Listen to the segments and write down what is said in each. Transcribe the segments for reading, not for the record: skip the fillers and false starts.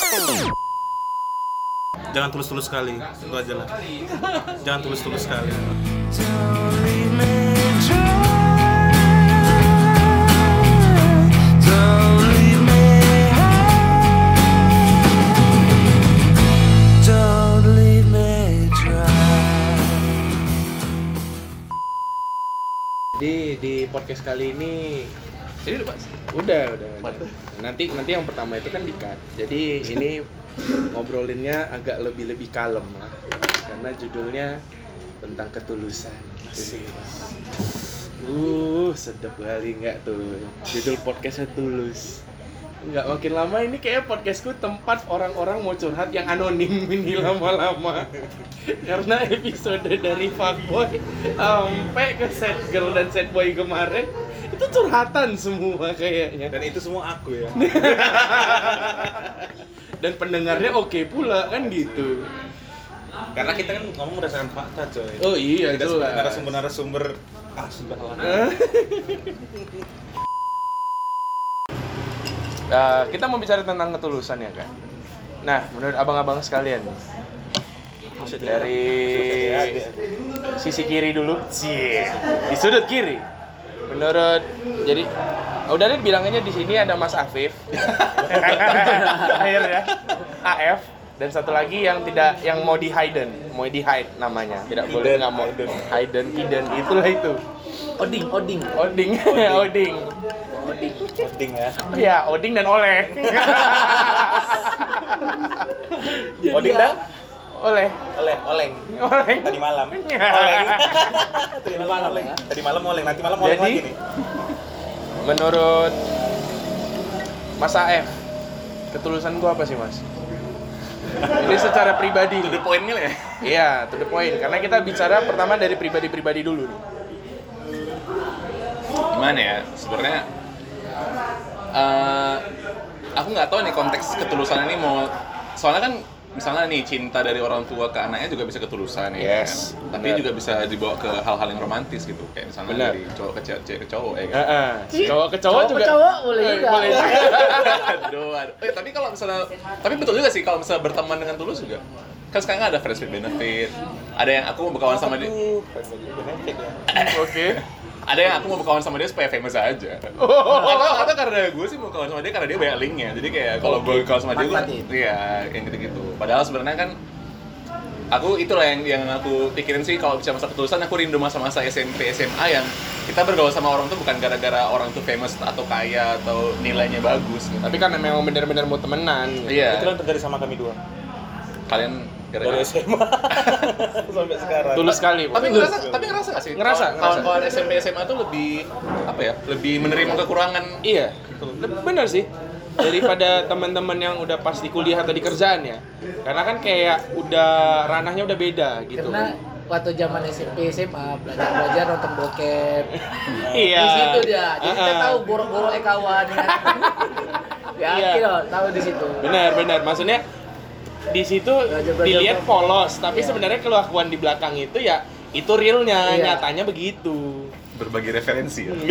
Jangan tulus-tulus sekali, itu aja lah. Jangan tulus-tulus sekali. Di podcast kali ini Ini udah Pak? udah. Nanti yang pertama itu kan di-cut. Jadi ini ngobrolinnya agak lebih kalem lah. Karena judulnya tentang ketulusan. Sedap kali nggak tuh judul podcastnya tulus. Nggak makin lama ini kayak podcastku tempat orang-orang mau curhat yang anonim ini lama-lama. Karena episode dari fuckboy sampai ke sad girl dan sad boy kemarin itu curhatan semua kayaknya. Dan itu semua aku ya. Dan pendengarnya oke pula kan gitu. Karena kita kan ngomong berdasarkan fakta, coy. Oh iya, Tidak jelas. narasumber sudahlah. Kita mau bicara tentang ketulusan ya kan. Nah, menurut abang-abang sekalian dari sisi kiri dulu, di sudut kiri. Menurut jadi udah deh bilangannya di sini ada Mas Afif, akhirnya AF, dan satu lagi yang mau di hide namanya, tidak boleh nggak mau hidden itulah itu. Oding. Oding ya. Iya, Oding dan Oleh. Oding dan Oleng. Tadi malam. Oleng. Nanti malam Oleng lagi nih. Menurut Mas AF, ketulusan gua apa sih, Mas? Ini secara pribadi. To the point nih ya? Iya, to the point. Karena kita bicara pertama dari pribadi-pribadi dulu nih. Gimana ya? Sebenarnya aku nggak tahu nih konteks ketulusan ini mau, soalnya kan misalnya nih cinta dari orang tua ke anaknya juga bisa ketulusan ya. Yes, kan? Tapi juga bisa dibawa ke hal-hal yang romantis gitu, kayak misalnya Benar. dari cowok ke cewek ke cowok ya kan. Cowok ke cowok juga. Cowok boleh juga. Boleh juga. Aduh. Tapi kalau misalnya, tapi betul juga sih kalau misalnya berteman dengan tulus juga. Kan sekarang ada friends with benefit. Ada yang aku mau berkawan sama dia. Oke. Ada yang aku mau berkawan sama dia supaya famous aja. Atau karena gue sih mau berkawan sama dia karena dia banyak linknya. Jadi kayak kalau gue berkawan sama dia, iya yang gitu-gitu. Padahal sebenarnya kan aku itulah yang aku pikirin sih kalau bicara masa ketulusan, aku rindu masa-masa SMP, SMA yang kita bergaul sama orang tuh bukan gara-gara orang tuh famous atau kaya atau nilainya bagus gitu. Tapi kan memang benar-benar mau temenan. Iya. Itu kan terjadi sama kami dua. Kalian Dari gara-gara SMA sampai sekarang. Tulus sekali. tapi ngerasa nggak sih? Ngerasa. Kalau SMP SMA tuh lebih apa ya? Lebih menerima kekurangan. Iya, benar sih. Daripada teman-teman yang udah pas di kuliah atau di kerjaan ya. Karena kan kayak udah ranahnya udah beda gitu. Karena waktu zaman SMP SMA belajar nonton bokep. Iya. Di situ dia. Jadi kita tahu borok-borok kawan ya. Yakin loh, tahu di situ. Benar. Maksudnya di situ dilihat polos, tapi sebenarnya kelakuan di belakang itu ya itu realnya, nyatanya begitu. Berbagi referensi ya.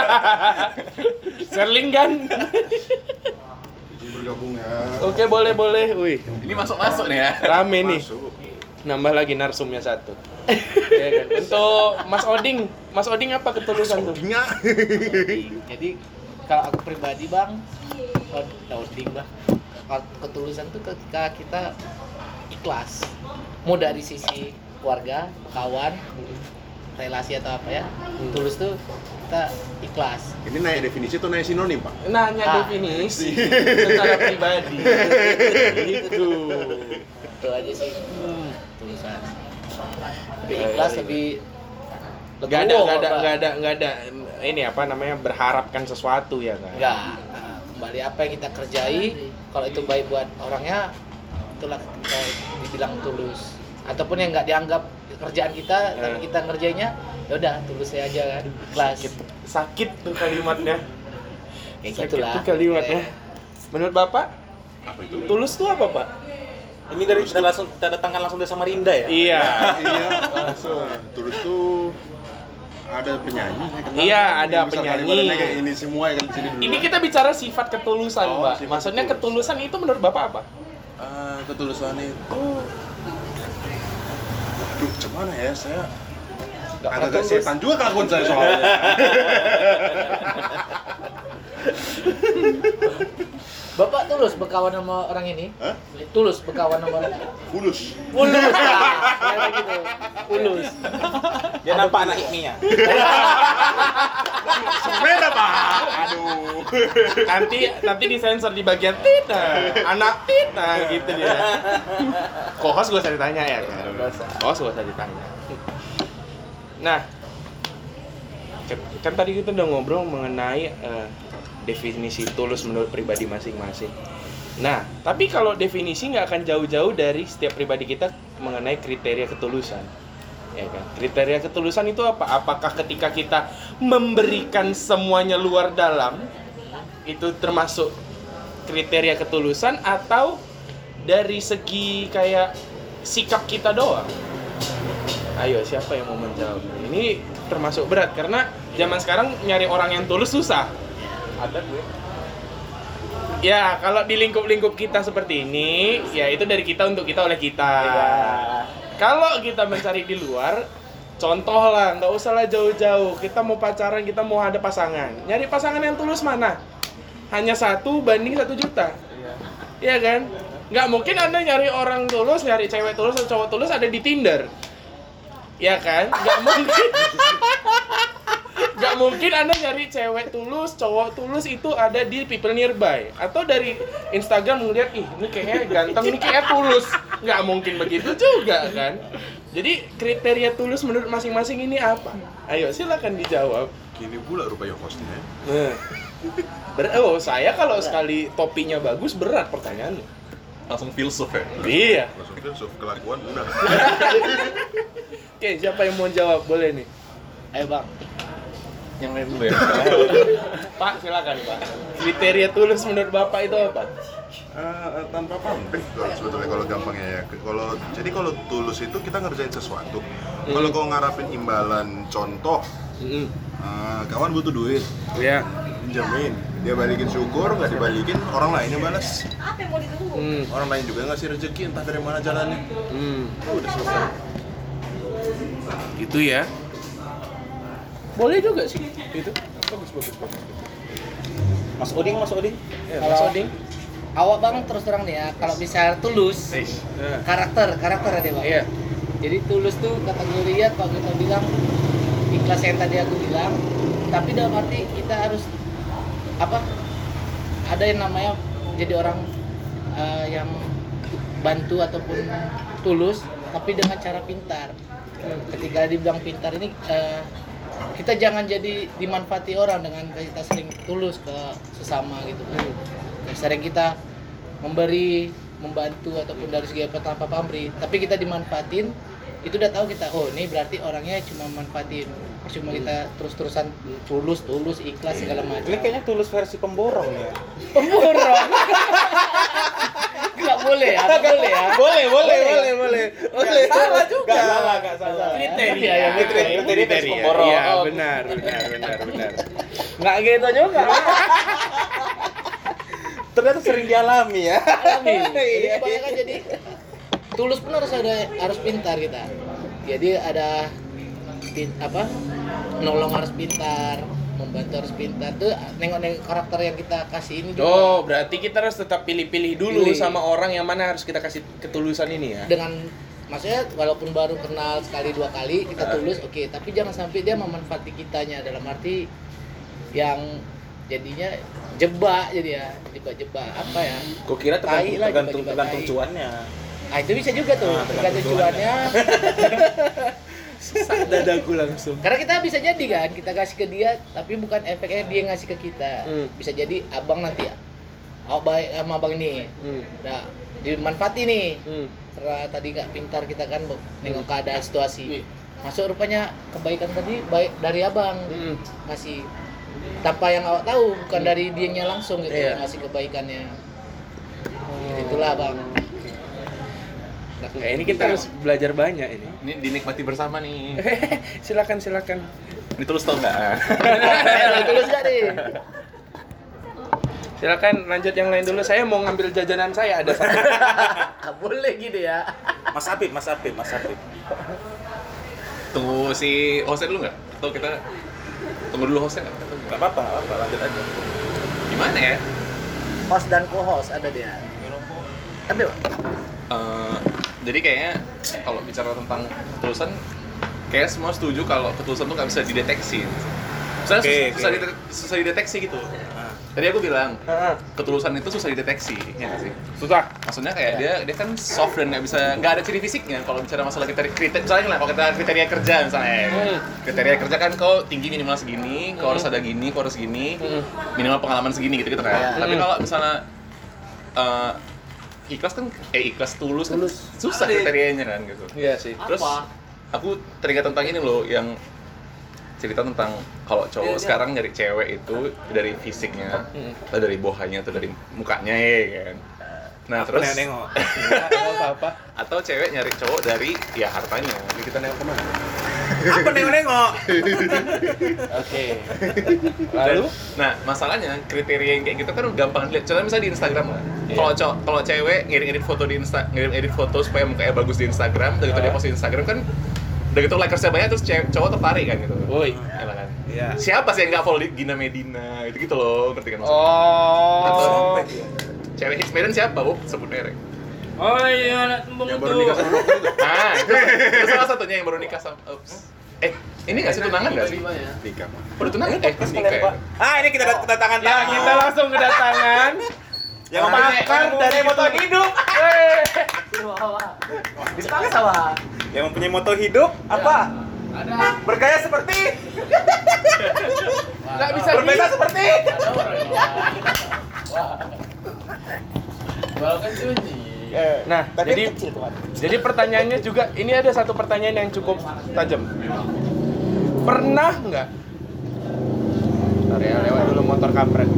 Serling kan? Bergabung ya. Oke, boleh. Wih, Ini masuk nih ya. rame nih. Nambah lagi narsumnya satu. Ya kan? Untuk Mas Oding apa ketulusan tuh? Jadi kalau aku pribadi Bang, Oding Bang. Ketulusan tuh ketika kita ikhlas. Mau dari sisi keluarga, kawan, relasi atau apa ya. Tulus tuh kita ikhlas. Ini naik definisi atau naik sinonim, Pak? Nanya definisi secara pribadi. Gitu. Itu aja sih. Tulusan. Lebih ikhlas, lebih Nggak ada ini apa namanya berharapkan sesuatu ya kan? enggak. Kembali apa yang kita kerjai, kalau itu baik buat orangnya, itulah kita dibilang tulus. Ataupun yang nggak dianggap kerjaan kita, tapi kita ngerjainnya, ya udah tulus aja kan, ikhlas. Sakit tuh kalimatnya. Kayak Sakit gitulah. tuh kalimatnya. Menurut Bapak, Apa itu? tulus tuh apa, Pak? Ini dari kita datangkan langsung dari Samarinda ya? Iya. Iya, langsung. Tulus tuh ada penyanyi. Iya, ada Misal penyanyi. daripada kayak ini semua yang di sini dulu. Ini kita bicara sifat ketulusan, Oh, Mbak. sifat Maksudnya ketulus. ketulusan itu menurut Bapak apa? Ketulusan itu, aduh, cuman ya saya agak setan juga kelakuan saya soalnya. Bapak tulus berkawan sama orang ini? Hah? Tulus berkawan sama orang ini? Fulus. Tulus lah, kayak gitu. Tulus. Dia nampak anak hikminya. Sepeda Pak. Aduh. Nanti disensor di bagian tina, anak tina gitu dia. Kohos gak usah ditanya ya kan? Kohos gak usah ditanya. Nah, kan tadi kita udah ngobrol mengenai definisi tulus menurut pribadi masing-masing. Nah, tapi kalau definisi nggak akan jauh-jauh dari setiap pribadi kita mengenai kriteria ketulusan. Ya kan? Kriteria ketulusan itu apa? Apakah ketika kita memberikan semuanya luar dalam, itu termasuk kriteria ketulusan, atau dari segi kayak sikap kita doang? Ayo, siapa yang mau menjawab? Ini termasuk berat, karena zaman sekarang nyari orang yang tulus susah. Ada gue. Ya, kalau di lingkup-lingkup kita seperti ini, ya itu dari kita untuk kita oleh kita. Kalau kita mencari di luar, contoh lah, nggak usah lah jauh-jauh. Kita mau pacaran, kita mau ada pasangan. Nyari pasangan yang tulus mana? Hanya 1 banding 1 juta. Iya kan? Nggak mungkin Anda nyari orang tulus, nyari cewek tulus atau cowok tulus ada di Tinder. Iya kan? Nggak mungkin. Nggak mungkin Anda nyari cewek tulus, cowok tulus itu ada di people nearby. Atau dari Instagram ngeliat, ih ini kayaknya ganteng, ini kayaknya tulus. Nggak mungkin begitu juga kan. Jadi kriteria tulus menurut masing-masing ini apa? Ayo silakan dijawab. Gini pula rupanya hostnya. Saya kalau sekali topinya bagus berat pertanyaannya. Langsung filsuf ya. Iya. Langsung filsuf kelakuan udah. Oke, siapa yang mau jawab? Boleh nih. Ayo Bang. Yang lain dulu ya. Pak, silakan Pak. Kriteria tulus menurut Bapak itu apa? Tanpa pamrih sebetulnya kalau gampangnya ya. Kalau tulus itu kita ngerjain sesuatu. Kalau kau ngarapin imbalan, contoh, kawan butuh duit, Iya. pinjamin, dia balikin syukur, nggak dibalikin, orang lain yang balas. Orang lain juga ngasih rezeki, entah dari mana jalannya. Udah selesai. Gitu ya. Boleh juga sih. Itu. Bagus. Mas Oding. Ya, Kalau- Mas Oding. Awak Bang terus terang nih ya, kalau bisa tulus, karakter ada Bang. Iya. Jadi tulus tuh kategori ya kalau kita bilang ikhlas yang tadi aku bilang, tapi dalam arti kita harus apa? Ada yang namanya jadi orang yang bantu ataupun tulus, tapi dengan cara pintar. Ketika dibilang pintar ini kita jangan jadi dimanfaati orang dengan kita sering tulus ke sesama gitu kan. Sering kita memberi, membantu ataupun dari segi apa tanpa pamrih, tapi kita dimanfaatin, itu udah tahu kita, oh ini berarti orangnya cuma manfaatin. Cuma kita terus-terusan tulus, ikhlas segala macam. Ini kayaknya tulus versi pemborong ya. Pemborong. Nggak boleh ya, nggak boleh ya. Boleh. Salah juga. Gak salah. Kriteria ya, Kriteria versi pemborong. Iya, benar. Nggak gitu juga. Ternyata sering dialami ya. Alami. Jadi kebanyakan jadi tulus pun harus pintar kita. Jadi ada nolong harus pintar, membantu harus pintar. Tuh nengok karakter yang kita kasih ini juga. Oh, berarti kita harus tetap pilih-pilih dulu Pilih. sama orang yang mana harus kita kasih ketulusan ini ya. Dengan maksudnya walaupun baru kenal sekali 2 kali kita tulus, oke, tapi jangan sampai dia memanfaati kitanya dalam arti yang jadinya jebak jadi ya, jebak apa ya? Gue kira Tai lah, tergantung jebak-jebak tai. cuannya. Ah itu bisa juga tuh, tergantung cuannya. Sesak dadaku langsung. Karena kita bisa jadi kan, kita kasih ke dia, tapi bukan efeknya dia ngasih ke kita. Bisa jadi abang nanti, baik sama abang ini, nah dimanfaati nih. Karena tadi nggak pintar kita kan nengok keadaan situasi. Masuk rupanya kebaikan tadi baik dari abang ngasih, tanpa yang awak tahu, bukan dari dianya langsung gitu Iya. ngasih kebaikannya. Itulah bang. Nah, ini kita harus belajar banyak ini. Ini dinikmati bersama nih. Silakan. Ini tulus tau nggak? Tulus gak nih? Silakan lanjut yang lain dulu. Saya mau ngambil jajanan saya ada satu. Nggak boleh gitu ya. Mas Apip. Tunggu si hostnya dulu nggak? Atau kita tunggu dulu hostnya nggak? Nggak apa-apa, lanjut aja. Gimana ya? Host dan co-host ada dia. Ambil. Jadi kayaknya kalau bicara tentang ketulusan, kayak semua setuju kalau ketulusan tuh nggak bisa dideteksi. Soalnya susah dideteksi gitu. Tadi aku bilang ketulusan itu susah dideteksi, ya nggak sih? Susah. Maksudnya kayak dia kan soft dan nggak ada ciri fisiknya. Kalau bicara masalah kriteria, misalnya lah kalau kita kriteria kerja misalnya, kriteria kerja kan kau tinggi minimal segini, kau harus ada gini, kau harus gini, minimal pengalaman segini gitu kan. Tapi kalau misalnya ikhlas kan, ikhlas tulus kan susah kriterianya kan gitu. Iya sih. Terus aku teringat tentang ini loh, yang cerita tentang kalau cowok sekarang nyari cewek itu dari fisiknya, atau dari bohanya, atau dari mukanya ya kan. Nah terus nengok. Apa? atau cewek nyari cowok dari ya hartanya. Jadi kita nengok kemana? Apa nengok? Oke. Lalu? Nah masalahnya kriteria yang kayak gitu kan gampang dilihat. Contohnya misalnya di Instagram lah. Kalau cewek ngirim edit foto supaya mukanya bagus di Instagram, dan gitu dia post di Instagram kan, udah gitu likersnya banyak, terus cowok tertarik kan gitu. Woi. Ya kan? Iya. Siapa sih yang nggak follow Gina Medina gitu loh, ngerti kan maksudnya? Oh. Atau cewek hits Medan siapa? Sebut merek. Oh iya, anak tembung Yang itu. baru nikah sama aku juga. Ah, itu salah satunya yang baru nikah sama. Ini nggak sih tunangan nggak sih? Nikah, Pak. Baru tunangan? Nikah ya? Ini kita kedatangan Ya, kita langsung kedatangan yang pakar dari moto hidup. Dipaksa, Wah. yang mempunyai moto hidup apa? Ada. Bergaya seperti, Nggak bisa berbeda seperti. Walaupun sunyi. Nah, jadi pertanyaannya juga, ini ada satu pertanyaan yang cukup tajam. Pernah nggak? Bentar ya, lewat dulu motor kampret.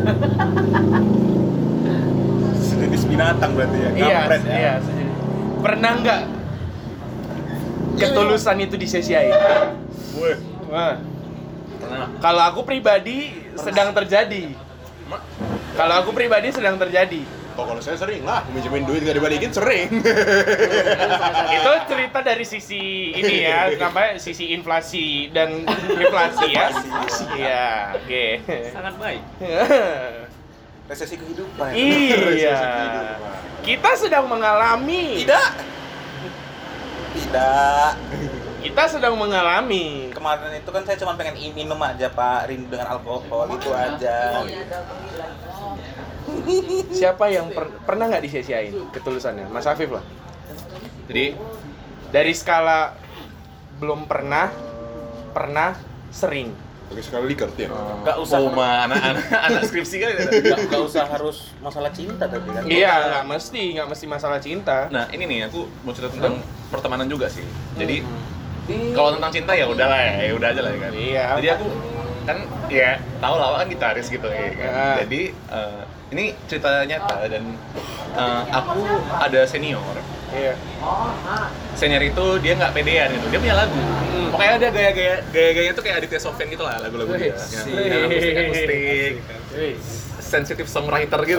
Sejenis binatang berarti ya. Kampret ya. Iya. Pernah nggak ketulusan itu disia-siain? Wah. Pernah. Kalau aku pribadi sedang terjadi. Oh, kalau saya sering lah, minjemin duit nggak dibalikin sering. Itu cerita dari sisi ini ya, namanya sisi inflasi dan deflasi ya. Iya, oke. Sangat baik. Resesi kehidupan. Iya. Kita sedang mengalami. Tidak. Kita sedang mengalami. Kemarin itu kan saya cuma pengen minum aja Pak, rindu dengan alkohol itu aja. Siapa yang pernah nggak disia-siain ketulusannya? Mas Afif lah. Jadi Dari skala belum pernah, sering. Oke, sekali liker ya. Gak usah. anak skripsi kan. Gak usah harus masalah cinta tadi kan. Iya, nggak mesti masalah cinta. Nah ini nih aku mau cerita tentang pertemanan juga sih. Jadi kalau tentang cinta ya udahlah ya udah aja lah ya kan. Iya. Jadi aku kan ya tahu lah kan gitaris gitu ya kan. Jadi ini cerita nyata dan aku ada senior. Iya. Senior itu dia nggak pedean gitu, dia punya lagu. Pokoknya ada gaya-gayanya tuh kayak Aditya Sofyan gitu lah lagu-lagu dia. Yang akustik, sensitive songwriter gitu.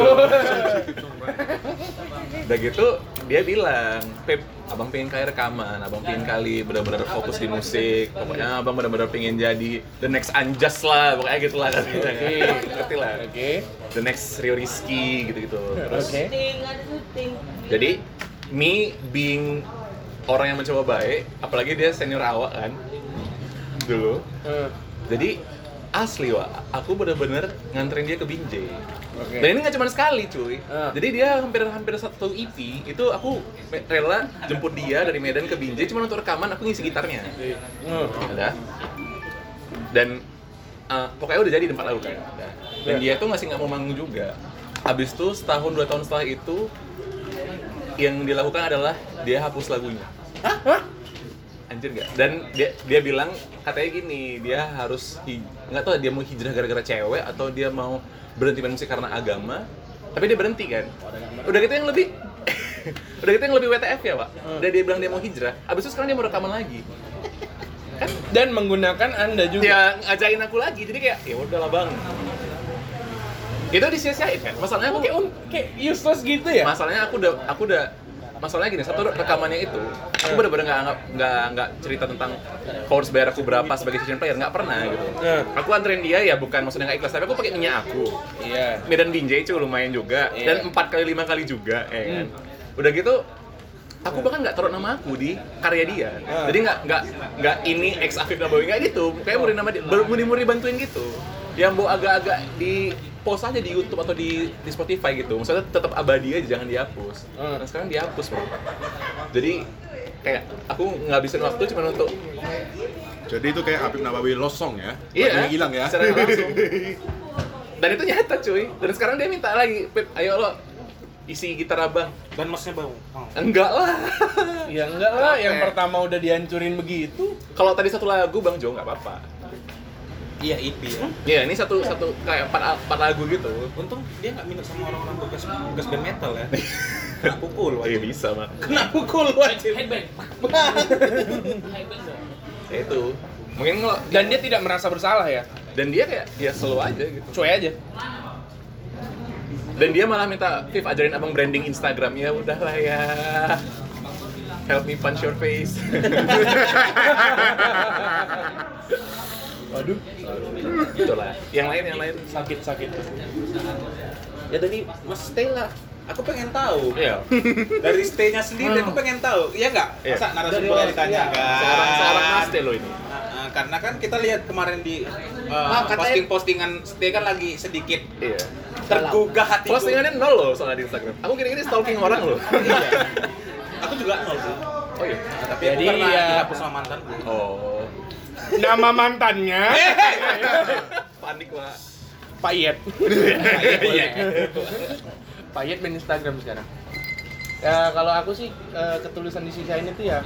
Udah gitu dia bilang, Pep, abang pengen kali rekaman, abang pengen kali benar-benar fokus di musik, pokoknya abang benar-benar pengen jadi the next Anjas lah, pokoknya gitu lah katanya. Ngerti lah. The next Rio Rizky gitu-gitu. Terus jadi me being orang yang mencoba baik, apalagi dia senior awak kan dulu. Jadi asli Wak, aku bener-bener nganterin dia ke Binjai. Dan ini nggak cuma sekali cuy. Jadi dia hampir satu EP itu aku rela jemput dia dari Medan ke Binjai cuma untuk rekaman, aku ngisi gitarnya. Ada. Dan pokoknya udah jadi tempat lagu kan. Dan dia tuh masih nggak mau manggung juga. Habis itu setahun 2 tahun setelah itu yang dilakukan adalah dia hapus lagunya. Anjir nggak? Dan dia bilang katanya gini, dia harus nggak tahu dia mau hijrah gara-gara cewek atau dia mau berhenti main musik karena agama, tapi dia berhenti kan. Udah gitu yang lebih WTF ya Pak. Udah dia bilang dia mau hijrah, abis itu sekarang dia mau rekaman lagi. Kan? Dan menggunakan Anda juga. Ya ngajakin aku lagi, jadi kayak ya udahlah bang. Itu disia-siain kan? Masalahnya aku kayak useless gitu ya. masalahnya aku udah masalahnya gini, satu rekamannya itu aku bener-bener nggak cerita tentang harus bayar aku berapa sebagai session player, nggak pernah gitu. Aku anterin dia ya, bukan maksudnya nggak ikhlas, tapi aku pakai minyak aku. Iya. Medan Binjai cuy lumayan juga, dan 4 kali 5 kali juga, ya kan. Udah gitu aku bahkan nggak taruh nama aku di karya dia. Jadi nggak ini ex Afif Nabawi, nggak gitu. Kayak murid nama dia, murid bantuin gitu. Yang mau agak-agak di post aja di YouTube atau di Spotify gitu. Maksudnya tetap abadi aja, jangan dihapus. Nah sekarang dihapus bro. Jadi kayak aku ngabisin waktu cuma untuk Jadi itu kayak Afif Nabawi lost song ya? iya, Yang hilang ya? secara langsung. Dan itu nyata cuy. Dan sekarang dia minta lagi, Pip, ayo lo isi gitar abang. Dan masnya bau. Enggak lah. Ya enggak lah, yang pertama udah dihancurin begitu. Kalau tadi satu lagu Bang Jo nggak apa-apa. Iya EP ya. Iya, ini satu kayak 4 lagu gitu. Untung dia nggak minta sama orang-orang bekas band metal ya. Kena pukul Iya wajib. bisa mah. Kena pukul wajib. Headbang. Ya itu. Mungkin kalau Dan dia tidak merasa bersalah ya. dan dia kayak ya slow aja gitu. Cuy aja. Dan dia malah minta, Viv ajarin abang branding Instagram. Ya udahlah ya. Help me punch your face. Waduh, Itulah. Yang lain. sakit. Ya tadi Mas stay lah. Aku pengen tahu. Iya. Dari stay-nya sendiri aku pengen tahu. Iya nggak? Iya. Masa narasumber ditanya kan? Seorang Mas Teh lo ini. Karena kan kita lihat kemarin di katanya- postingan stay kan lagi sedikit Iya. tergugah hatiku. Postingannya 0 loh soalnya di Instagram. Aku gini-gini stalking orang loh. Iya. Aku juga nol sih. Oh iya. Tapi Jadi aku karena ya- dihapus sama mantanku. Oh. Nama mantannya Panik lah. Pak Yet. Iya. Pak Yet main Instagram sekarang. Ya kalau aku sih ketulusan di sisa ini tuh ya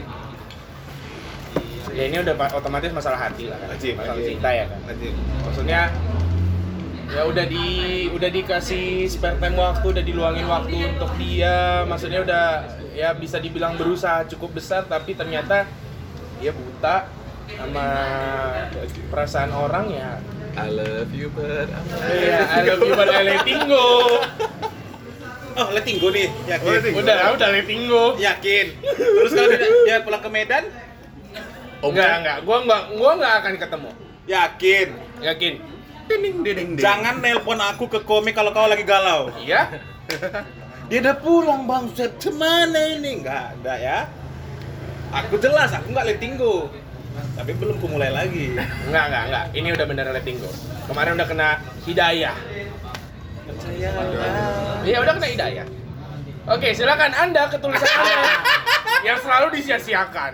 ini udah otomatis masalah hati lah kan. Masalah cinta ya kan. Maksudnya ya udah dikasih spare time waktu, udah diluangin waktu untuk dia, maksudnya udah ya bisa dibilang berusaha cukup besar, tapi ternyata dia buta sama perasaan orang ya. I love you but Iya, I love you but I letting go. Oh, letting go nih, yakin. Udah letting go. Yakin. Terus kalau dia pulang ke Medan, Enggak, gua enggak akan ketemu. yakin. Yakin. Jangan nelpon aku ke komik kalau kau lagi galau. Iya? Dia udah pulang bang, Set. Kemana ini? Enggak ya. Aku jelas, aku nggak letting go. Tapi belum kumulai lagi. Enggak. Ini udah bener letting go. Kemarin udah kena hidayah. Percaya. Iya, udah kena hidayah. Oke, silakan Anda ketulusan Anda yang selalu disia-siakan.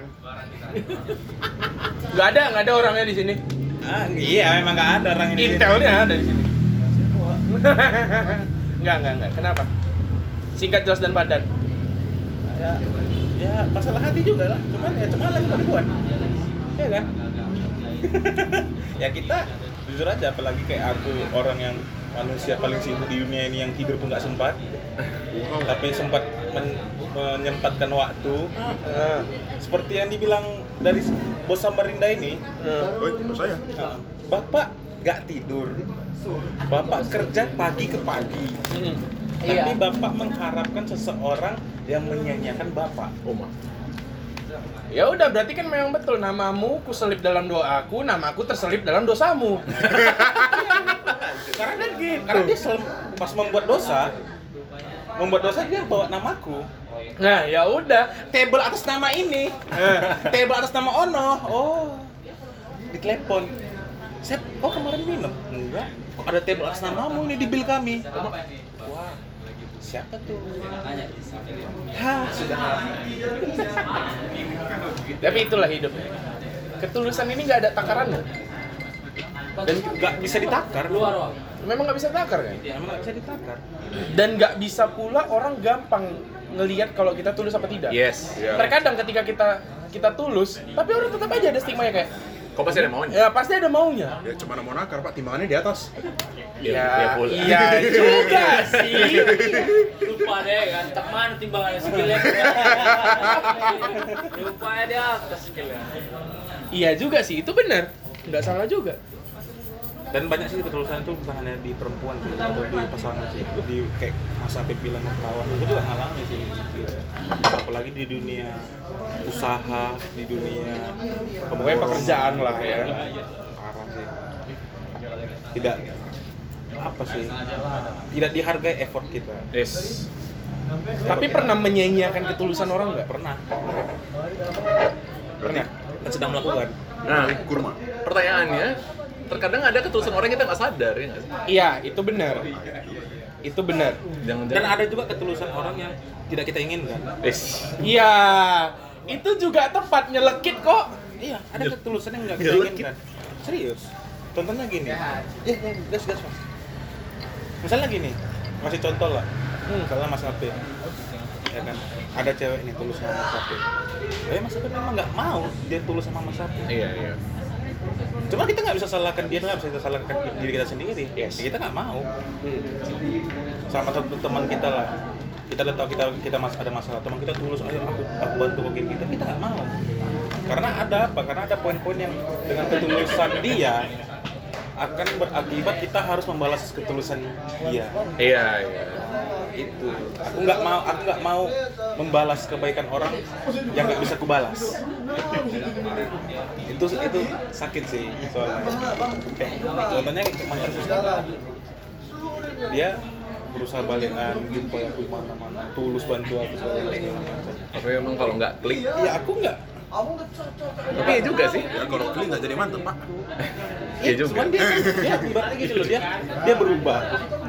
Nggak ada orangnya di sini. Iya, memang nggak ada orang ini. Intelnya ada di sini. Enggak. Kenapa? Singkat, jelas dan padat. Ya masalah hati juga lah. Cuman lagi perempuan. Iya kan? Ya kita jujur aja, apalagi kayak aku, orang yang manusia paling sibuk di dunia ini yang tidur pun nggak sempat, tapi sempat menyempatkan waktu. Seperti yang dibilang dari bos Samarinda ini, saya. Bapak nggak tidur, Bapak kerja pagi ke pagi, tapi Iya. Bapak mengharapkan seseorang yang menyanyiakan Bapak. Ya udah, berarti kan memang betul, namamu kuselip dalam doaku, namaku terselip dalam dosamu. Karena dia pas membuat dosa dia bawa namaku. Nah, ya udah. Table atas nama ini, table atas nama Ono. Oh, ditelepon. Sep, kok kemarin minum? Enggak. Kok ada table atas namamu nih di bil kami? Wah, siapa tuh? Hah, sudah. Tapi itulah hidup. Ketulusan ini nggak ada takarannya. Dan nggak bisa ditakar. Memang nggak bisa takar kan? Emang nggak bisa ditakar. Dan nggak bisa pula orang gampang ngelihat kalau kita tulus apa tidak. Yes. Terkadang ketika kita tulus, tapi orang tetap aja ada stigma kayak, Kok pasti ada maunya? ya pasti ada maunya. Ya cuma mau nakar Pak, timbangannya di atas. Ya, pula. iya juga sih. Lupa deh kan, teman timbangannya skillnya. Lupa dia atas skillnya. Iya juga sih, itu benar. Nggak salah juga. Dan banyak sih ketulusan itu bukan hanya di perempuan sih, atau di pasangan sih, di kayak Mas Apip bilang kawan, aku juga ngalami sih gitu. Apalagi di dunia usaha, di dunia Pokoknya pekerjaan lah ya. parah sih. Tidak apa sih, tidak dihargai effort kita. Yes. Tapi pernah menyia-nyiakan ketulusan orang nggak? Pernah Pernah. dan sedang melakukan. Nah, kurma. pertanyaannya, terkadang ada ketulusan orang yang kita nggak sadar ya nggak sih? Iya, itu benar. Itu benar. Dan ada juga ketulusan orang yang tidak kita inginkan. Yes. Iya, itu juga tepat nyelekit kok. Iya, ada ketulusan yang nggak kita inginkan. Serius. Contohnya gini. Gas Mas. Misalnya gini, kasih contoh lah. Misalnya Mas Apip, ya kan, ada cewek nih tulus sama Mas Apip. Mas Apip memang nggak mau dia tulus sama Mas Apip. Iya. Cuma kita nggak bisa salahkan dia, nggak bisa salahkan diri kita sendiri. Yes. Kita nggak mau. Sama satu teman kita lah. Kita udah tahu kita ada masalah, teman kita tulus, ayo aku bantu kok gini. Kita nggak mau. Karena ada apa? Karena ada poin-poin yang dengan ketulusan dia akan berakibat kita harus membalas ketulusan dia. Iya. Itu aku nggak mau membalas kebaikan orang yang nggak bisa kubalas. itu sakit sih soalnya. Contohnya mantan susah, dia berusaha balikan jumpa aku mana-mana, tulus bantu aku segala macam. Tapi emang kalau nggak klik, Iya aku nggak. tapi ya juga sih. Ya kalau klik nggak jadi mantep pak. Iya juga. Cuman dia ibaratnya gitu loh, dia berubah.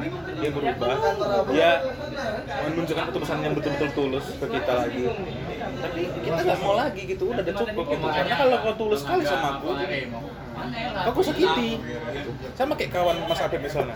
Dia menunjukkan ketulusan yang betul-betul tulus ke kita lagi. Tapi kita nggak mau lagi gitu, udah cukup gitu. Karena kalau kau tulus sekali sama aku sakiti. Gitu. Sama kayak kawan Mas Apip misalnya.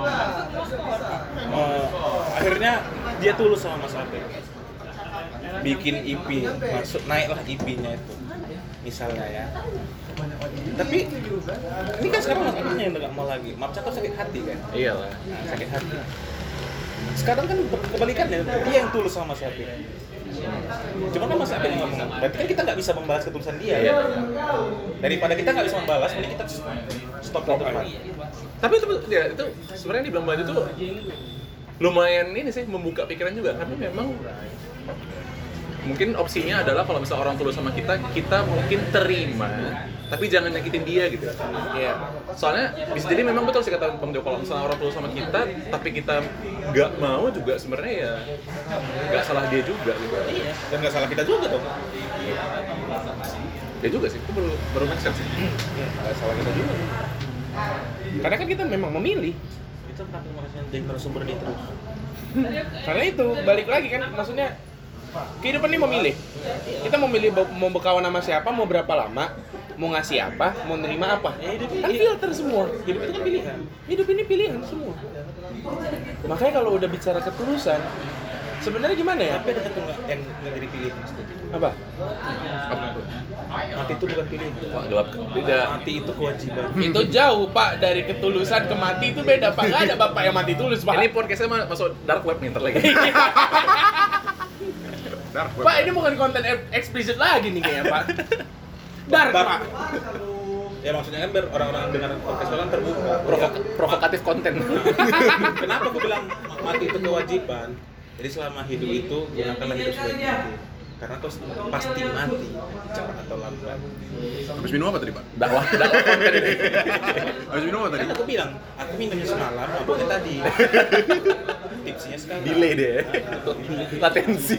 Akhirnya dia tulus sama Mas Apip. Bikin IP, naiklah IP-nya itu. Misalnya ya. Tapi ini kan sekarang Mas Apipnya yang nggak mau lagi. Maaf cakap sakit hati kan? Iyalah. Sakit hati. Sekarang kan kebalikannya, dia yang tulus sama Mas Apip. Cuma kan Mas Apip ngomong, berarti kan kita nggak bisa membalas ketulusan dia. Iya. Daripada kita nggak bisa membalas, mending kita stop itu. Tapi itu sebenarnya dibilang baju tuh lumayan ini sih membuka pikiran juga, karena memang mungkin opsinya adalah kalau misalnya orang tulus sama kita mungkin terima, tapi jangan nyakitin dia gitu. Iya. Soalnya bisa jadi memang betul sih kata Bang Jo, kalau misalnya orang tulus sama kita, tapi kita nggak mau juga sebenarnya ya nggak salah dia juga gitu. Iya. Dan nggak salah kita juga dong. Ya juga sih, itu baru make sense sih. Nggak salah kita juga. Karena kan kita memang memilih. Itu kenapa merasa jadi narasumber dia terus? Karena itu balik lagi kan, maksudnya kehidupan ini memilih. Kita memilih mau berkawan sama siapa, mau berapa lama, mau ngasih apa, mau nerima apa. Kan filter semua. Hidup itu kan pilihan. Hidup ini pilihan semua. Makanya kalau udah bicara ketulusan, sebenarnya gimana ya? Tapi ada satu yang nggak jadi pilihan. Apa? Mati itu bukan pilihan. Wah, gelap. Tidak. Mati itu kewajiban. Itu jauh Pak, dari ketulusan ke mati itu beda Pak. Nggak ada bapak yang mati tulus Pak. Ini podcastnya masuk dark web nih ntar lagi. Pak, ini bukan konten eksplisit lagi nih kayaknya Pak. Dark Pak. Ya maksudnya kan biar orang-orang dengar podcast kan terbuka. Provokatif konten. Kenapa aku bilang mati itu kewajiban? Jadi selama hidup itu gunakanlah hidup sebaik mungkin. Karena kau pasti mati cepat atau lambat. Habis minum apa tadi pak? Dakwah konten ini. Habis minum apa tadi? Kan aku bilang, aku minumnya semalam, mabuknya tadi. Tipsnya sekarang. Delay deh. Latensi.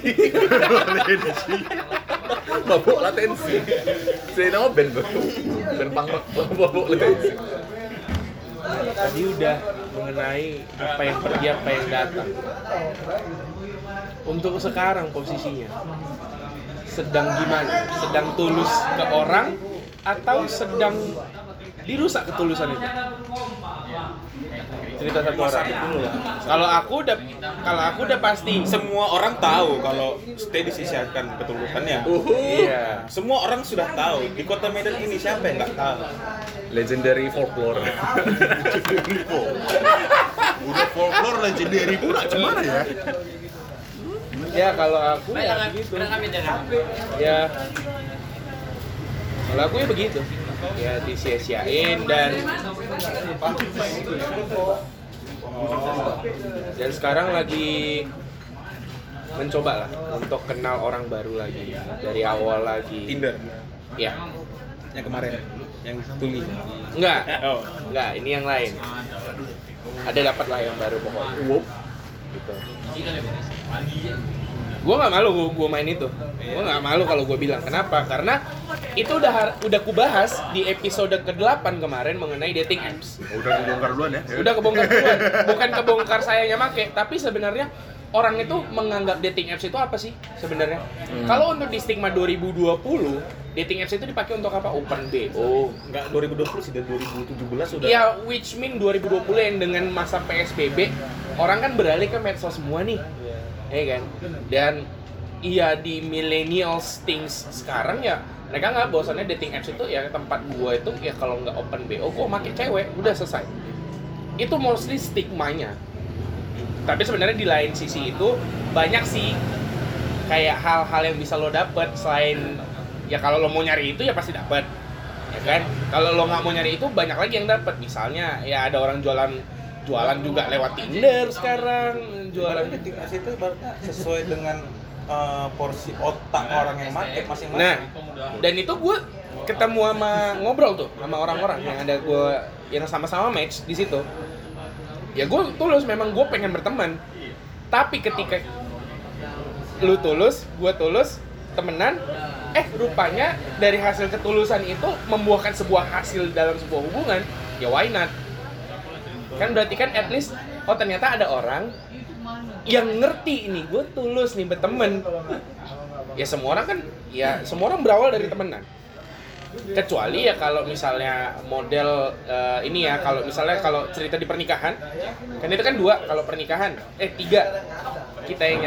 Mabuk latensi. Saya nama band bro. Band punk rock. Mabuk latensi. Tadi udah mengenai apa yang pergi, apa yang datang. Untuk sekarang posisinya sedang gimana? Sedang tulus ke orang atau sedang dirusak ketulusan itu? Cerita satu orang dulu lah. Kalau aku udah pasti. Semua orang tahu kalau stay disisikan ketulusannya. Iya. Semua orang sudah tahu. Di kota Medan ini siapa yang nggak tahu? Legendary folklore. Udah folklore legendary pula, gimana ya? Ya kalau aku ya begitu. Ya. Kalau aku ya begitu. ya disia-siain dan sekarang lagi mencoba lah untuk kenal orang baru lagi dari awal lagi. Tinder Ya, yang kemarin, yang Tuli. enggak, Oh. ini yang lain. Ada dapat lah yang baru pokoknya. Gitu. Gue nggak malu gue main itu. Gue nggak malu kalau gue bilang. Kenapa? Karena itu udah kubahas di episode ke-8 kemarin mengenai dating apps. Udah kebongkar duluan ya. Udah kebongkar duluan. Bukan kebongkar sayanya make, tapi sebenarnya orang itu menganggap dating apps itu apa sih sebenarnya? Kalau untuk di stigma 2020, dating apps itu dipakai untuk apa? Open BO. Enggak 2020 sih, dari 2017 sudah. Ya, which mean 2020 yang dengan masa PSBB, orang kan beralih ke medsos semua nih. Ya kan? Dan iya di millennials things sekarang ya mereka nggak bosannya dating apps itu ya tempat gua itu ya kalau nggak open BO gua make cewek udah selesai. Itu mostly stigmanya. Tapi sebenarnya di lain sisi itu banyak sih kayak hal-hal yang bisa lo dapet selain ya kalau lo mau nyari itu ya pasti dapet, ya kan? Kalau lo nggak mau nyari itu banyak lagi yang dapet. Misalnya ya ada orang jualan juga lewat Tinder sekarang, jualan. Dating apps itu ibaratnya sesuai dengan porsi otak orang yang make masing-masing. Nah, dan itu gue ketemu sama ngobrol tuh sama orang-orang yang ada gue yang sama-sama match di situ. Ya gue tulus, memang gue pengen berteman. Tapi ketika lu tulus, gue tulus, temenan, rupanya dari hasil ketulusan itu membuahkan sebuah hasil dalam sebuah hubungan, ya why not? Kan berarti kan at least, oh ternyata ada orang yang ngerti ini, gue tulus nih berteman. Ya semua orang kan, ya semua orang berawal dari temenan. Kecuali ya kalau misalnya model ini ya, kalau misalnya kalau cerita di pernikahan, kan itu kan 2, kalau pernikahan, 3. Kita yang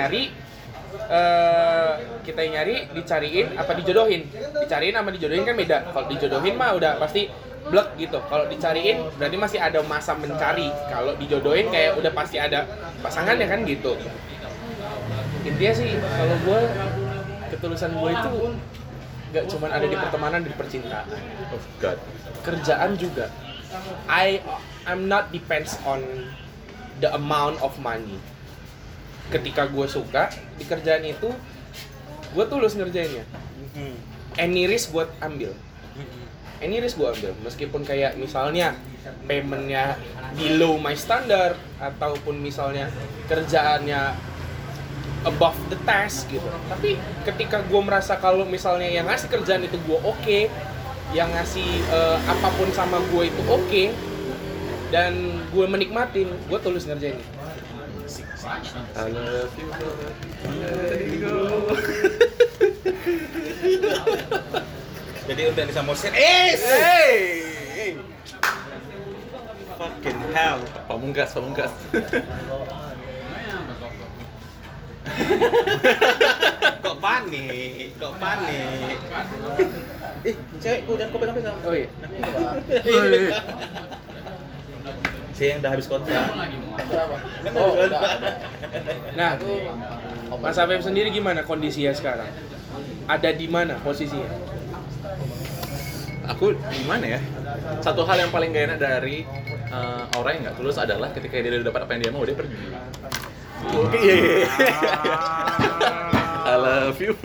nyari, dicariin, apa dijodohin. Dicariin sama dijodohin kan beda. Kalau dijodohin mah udah pasti blek gitu. Kalau dicariin berarti masih ada masa mencari. Kalau dijodohin kayak udah pasti ada pasangannya kan gitu. Intinya sih kalau gue, ketulusan gue itu gak cuma ada di pertemanan, di percintaan. Oh God. Kerjaan juga. I'm not depends on the amount of money. Ketika gue suka di kerjaan itu, gue tulus ngerjainnya. Any risk gue ambil. Meskipun kayak misalnya paymentnya below my standard ataupun misalnya kerjaannya above the task gitu. Tapi ketika gue merasa kalau misalnya yang ngasih kerjaan itu gue oke, yang ngasih apapun sama gue itu oke, dan gue menikmatin, gue tulus ngerjain. I love you, let it go. Jadi udah disamursin. Hey! Fucking hell. Pamungkas. Kok panik? Cewek udah pegang. Oh iya. Saya yang udah habis kontrak. Oh, udah. Nah, Mas Afif sendiri gimana kondisinya sekarang? Ada di mana posisinya? Aku gimana ya? Satu hal yang paling gak enak dari orang yang nggak tulus adalah ketika dia udah dapat apa yang dia mau, dia pergi. Iya. I love you.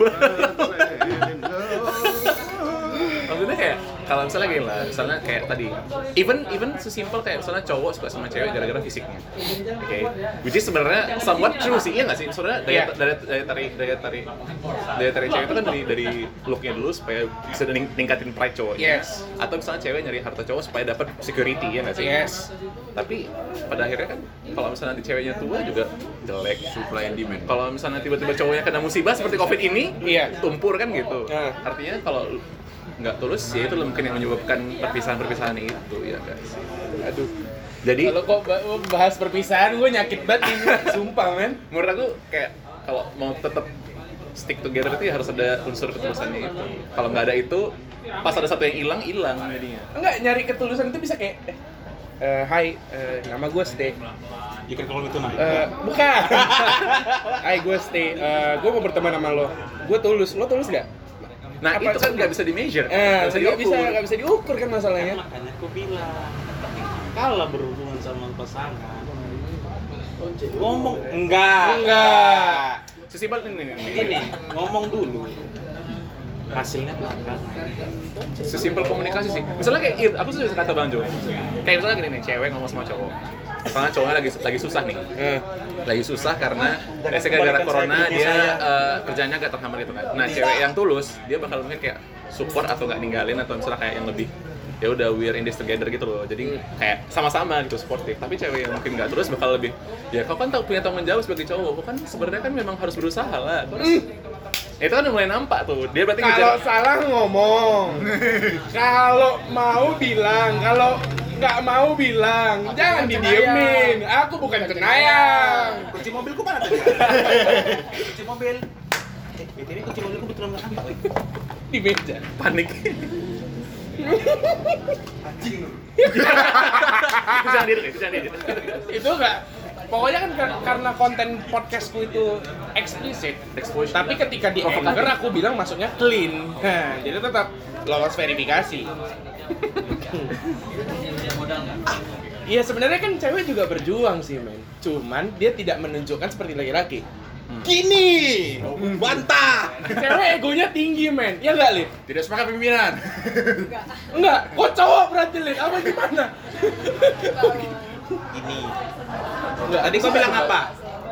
Maksudnya kayak kalau misalnya gini lah, misalnya kayak tadi, even sesimpel kayak misalnya cowok suka sama cewek gara-gara fisiknya, oke? Which is sebenarnya somewhat true sih, iya nggak sih? Sebenarnya daya tarik cewek itu kan dari looknya dulu supaya bisa ningkatin pride cowoknya. Yes. Atau misalnya cewek nyari harta cowok supaya dapat security, ya nggak sih? Yes. Tapi pada akhirnya kan kalau misalnya nanti ceweknya tua juga jelek, Supply and demand. kalau misalnya tiba-tiba cowoknya kena musibah seperti COVID ini, Iya. tumpur kan gitu. Nah. Artinya kalau nggak tulus, ya itu mungkin yang menyebabkan perpisahan itu, ya guys. Aduh. Jadi, Kalau kok bahas perpisahan, gue nyakit banget ini. Sumpah, men. menurut aku kayak kalau mau tetap stick together itu ya harus ada unsur ketulusannya itu. Kalau nggak ada itu, pas ada satu yang hilang jadinya. Enggak, nyari ketulusan itu bisa kayak hai, nama gue Stay. You can call me tonight. Bukan. Hai, gue Stay. Gue mau berteman sama lo. Gue tulus. Lo tulus nggak? Nah Apa itu kan semua? nggak bisa di measure, nggak nggak bisa diukur kan masalahnya. Makanya aku bilang, kalau berhubungan sama pasangan, ngomong enggak. Sesimpel ini. Gini, ngomong dulu. Hasilnya belakang. Sesimpel komunikasi sih. Misalnya kayak aku suka kata Bang Jo. Kayak misalnya gini nih, cewek ngomong sama cowok. Misalnya cowoknya lagi susah nih. Lagi susah karena gara-gara corona dia kerjanya agak terhambat gitu kan. Nah, cewek yang tulus, dia bakal mungkin kayak support atau nggak ninggalin atau misalnya kayak yang lebih ya udah we're in this together gitu loh. Jadi kayak sama-sama gitu sportif. Tapi cewek yang mungkin nggak tulus bakal lebih ya kau kan punya tanggung jawab sebagai cowok. Kau kan sebenarnya kan memang harus berusaha lah. Itu kan udah mulai nampak tuh. Dia berarti Kalau salah ngomong. Kalau mau bilang, kalau nggak mau bilang, jangan didiemin. Aku bukan cenayang. Kunci mobilku mana tadi? Kunci mobil. BTW kunci mobilku betul nggak nampak. Di meja. panik. Jangan diri. Itu nggak. Pokoknya kan karena konten podcastku itu eksplisit. Exposure. Tapi ketika di Anchor aku bilang masuknya clean. Nah, jadi tetap lolos verifikasi. Iya sebenarnya kan cewek juga berjuang sih men. Cuman dia tidak menunjukkan seperti laki-laki. Gini, bantah. Cewek egonya tinggi men. Ya nggak Lid? Tidak sepakat pimpinan. Enggak. Kok cowok berarti Lid? Apa gimana? Ini. Enggak. Tadi kau bilang apa?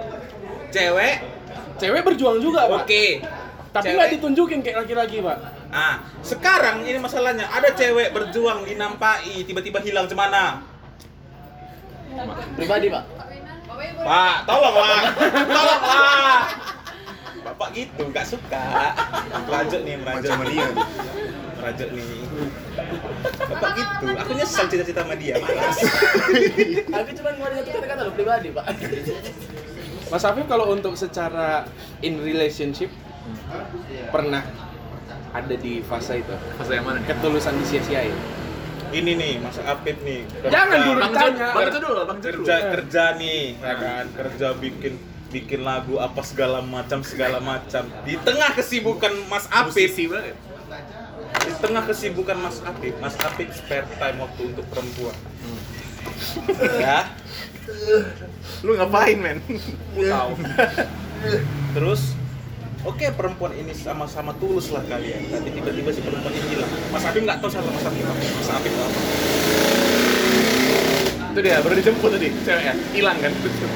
Cewek berjuang juga pak. Oke. Tapi Cewek. nggak ditunjukin kayak laki-laki pak. Ah, sekarang ini masalahnya ada cewek berjuang dinampai tiba-tiba hilang cemana? Pribadi, Pak. Pak, tolonglah. Tolonglah. Bapak gitu, nggak suka. Merajuk nih, merajuk. Macam dia. Merajuk nih. Bapak gitu. Aku nyesel cita-cita sama dia, malas. Aku cuma mau ada satu kata lo pribadi, Pak. Mas Afif kalau untuk secara in relationship pernah ada di fase itu Fase yang mana nih? ketulusan disia-siain. Ini nih, Mas Apip nih. Jangan dulu Bang ditanya. Bang Jun dulu. Kerja nih, ya kan? Kerja bikin lagu apa segala macam. Di tengah kesibukan Mas Apip, Musisi banget. di tengah kesibukan Mas Apip spare time waktu untuk perempuan. Ya, Lu ngapain, men? tahu. Terus, oke perempuan ini sama-sama tulus lah kalian. Tapi tiba-tiba si perempuan ini hilang. Mas Apip nggak tahu salah Mas Apip apa. Mas Apip tahu. Itu dia, baru dijemput tadi, ceweknya. Hilang kan?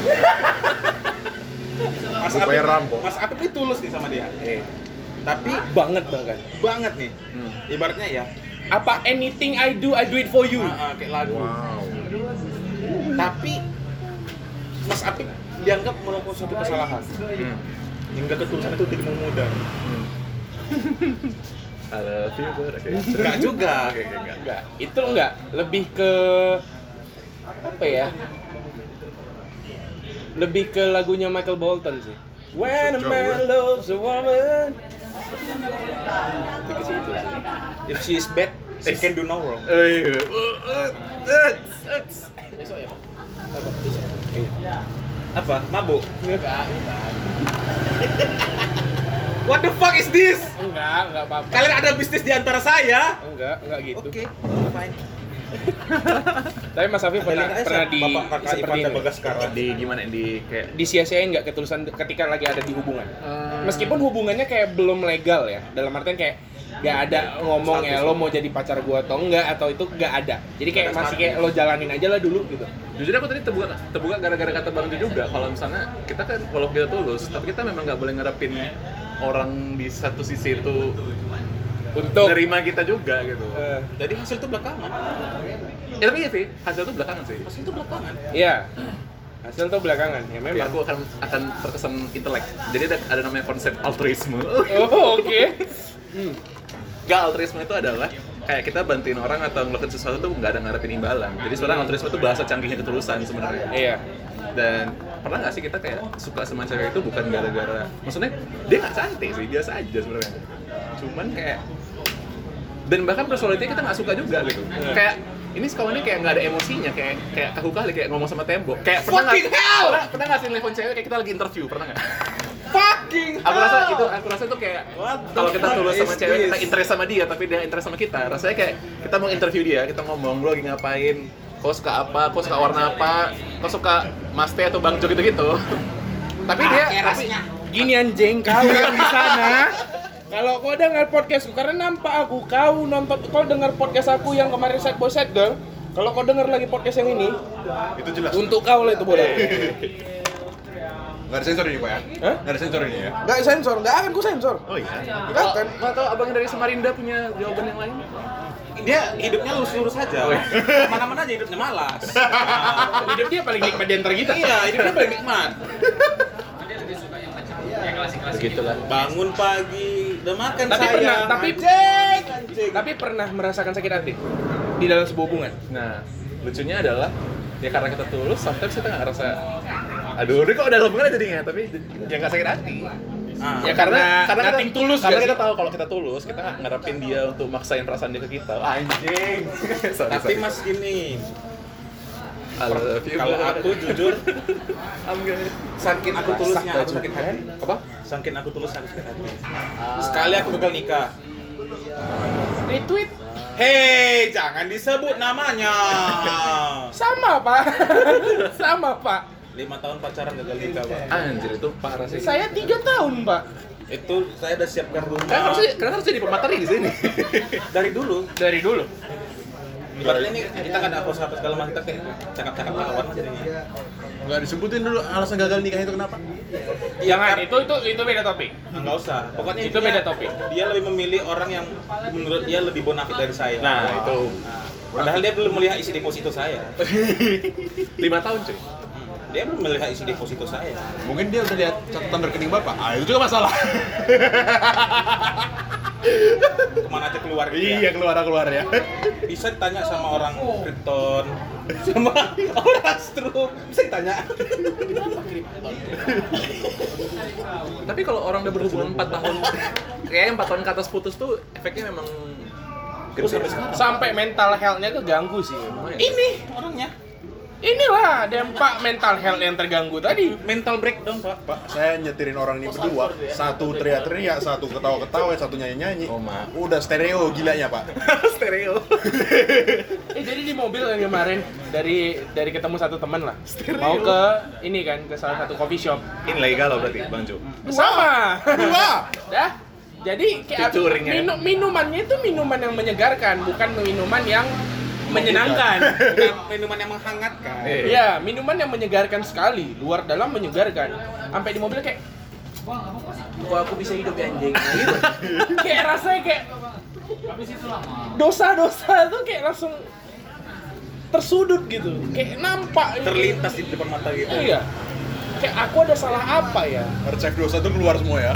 Upaya rampok. Mas Apip ini tulus nih sama dia. Tapi Banget bahkan. banget nih. Ibaratnya ya, Apa anything I do it for you. kayak lagu. Wow. Tapi Mas Apip dianggap melakukan suatu kesalahan. Hingga ketulusan itu tidak memudar. I love you, but okay. Enggak juga. Oke, enggak. Enggak, itu enggak. Lebih ke apa ya? Lebih ke lagunya Michael Bolton sih. When a man loves a woman. Lebih ke situ sih. If she is bad, she can do no wrong. Besok ya, Pak. Apa? Mabuk? Enggak. What the fuck is this? Enggak apa-apa. Kalian ada bisnis di antara saya? Enggak gitu. Oke, fine. Tapi Mas Afif pernah di Bapak kakak seperti Ivanda ini. Bagaskara. Di gimana di kayak Disia-siain nggak ketulusan ketika lagi ada di hubungan? Meskipun hubungannya kayak belum legal ya, dalam artian kayak nggak ada ngomong ya lo mau jadi pacar gua atau enggak atau itu nggak ada. Jadi kayak masih kayak lo jalanin aja lah dulu gitu. jujur aku tadi terbuka gara-gara kata Bang Jo juga kalau misalnya kita kan walaupun kita tulus tapi kita memang nggak boleh ngarepin orang di satu sisi itu Untuk nerima kita juga gitu. Jadi hasil itu belakangan. Ya tapi ya sih, hasil itu belakangan sih. Hasil itu belakangan. iya. Hasil tuh belakangan ya Tapi memang. aku akan terkesan intelek. Jadi ada namanya konsep altruisme. Oh, oke. Gak, altruisme itu adalah kayak kita bantuin orang atau ngelakuin sesuatu tuh nggak ada ngarepin imbalan. Jadi sebenarnya altruisme itu bahasa canggihnya ketulusan sebenarnya. Iya. Dan pernah nggak sih kita kayak suka sama cewek itu bukan gara-gara, maksudnya dia nggak cantik sih, biasa aja sebenarnya. Cuman kayak dan bahkan personality kita nggak suka juga gitu. Kayak ini sekawannya kayak nggak ada emosinya, kayak kaku kali kayak ngomong sama tembok. Kayak pernah nggak sih telepon cewek kayak kita lagi interview, pernah nggak? Aku rasa itu kayak kalau kita tulus sama cewek, kita interest sama dia, tapi dia interest sama kita. Rasanya kayak kita mau interview dia, kita ngomong, lu lagi ngapain, kau suka apa, kau suka warna apa, kau suka Mas Teh atau Bang Jo gitu-gitu. Tapi dia, Gini anjing, kau yang di sana. Kalau kau dengar podcastku, karena nampak aku, kau dengar podcast aku yang kemarin Sad Boy Sad Girl. Kalau kau dengar lagi podcast yang ini, Itu jelas. untuk kau lah itu bodoh. Nggak ada sensor ini, Pak ya? Hah? Nggak ada sensor ini ya? Nggak sensor, nggak akan ku sensor. Oh iya. Nggak akan. nggak tahu abang dari Samarinda punya jawaban yang lain? Dia hidupnya lurus-lurus aja. Mana-mana aja hidupnya malas. Hidup dia paling nikmat di antara kita. Iya, hidupnya paling nikmat. Begitulah. Bangun pagi, udah makan Tapi sayang. pernah, Anjing. tapi pernah merasakan sakit hati di dalam sebuah hubungan. Nah, lucunya adalah ya karena kita tulus, sometimes kita nggak ngerasa aduh, ini kok udah hubungan jadinya, tapi ya nggak sakit hati. Ya karena nothing tulus karena nggak kita sih? tahu kalau kita tulus, kita nggak ngarepin dia untuk maksain perasaan dia ke kita. Anjing. Tapi Mas gini, I love you. kalau aku jujur, I'm good. saking aku tulusnya aku sakit hati. Apa? Saking aku tulus aku sakit hati. Sekali aku gagal nikah. Retweet Hei, jangan disebut namanya. sama pak, sama pak. 5 tahun pacaran gagal nikah, Pak. Anjir, itu parah sih. Saya 3 tahun pak. Itu saya udah siapkan rumah. Kenapa harus jadi pemateri di sini? Dari dulu. Dari dulu. Ibaratnya ini kita kan ada apa-apa segala macam, kita kayak cakap-cakap kawan jadinya. Nggak disebutin dulu alasan gagal nikah itu kenapa? Jangan, itu beda topik. Enggak usah. Pokoknya Itu intinya, beda topik. Dia lebih memilih orang yang menurut dia lebih bonafit dari saya. Nah, itu Padahal dia belum melihat isi deposito saya. 5 tahun cuy. Dia belum melihat isi deposito saya. Mungkin dia udah lihat catatan rekening bapak. Ah, itu juga masalah. Kemana aja keluar gitu Iya, keluar ya. Bisa ditanya sama orang Krypton, sama orang Astro. Bisa ditanya. Tapi kalau orang udah berhubungan 4 tahun, kayaknya 4 tahun ke atas putus tuh efeknya memang gede sampai sekarang. Sampai mental health-nya keganggu sih. Ini orangnya Inilah dampak mental health yang terganggu tadi. mental breakdown, Pak. Pak, saya nyetirin orang ini berdua. Satu teriak-teriak, satu ketawa-ketawa, satu nyanyi-nyanyi. Oh, maaf. Udah stereo gilanya, Pak. Stereo. Jadi di mobil yang kemarin dari ketemu satu teman lah. Mau ke ini kan ke salah satu coffee shop. Ini lagi galau berarti, Bang Jo. Sama. Dua. Dah. Jadi kayak Featuring ya. minumannya itu minuman yang menyegarkan, bukan minuman yang menyenangkan. Bukan minuman yang menghangatkan. Iya, minuman yang menyegarkan sekali, luar dalam menyegarkan. Sampai di mobil kayak kok aku bisa hidup ya anjing. Nah, gitu. Kayak rasanya kayak dosa-dosa tuh kayak langsung tersudut gitu. Kayak nampak Terlintas di depan mata gitu. Iya. Kayak aku ada salah apa ya? Archive dosa tuh keluar semua ya.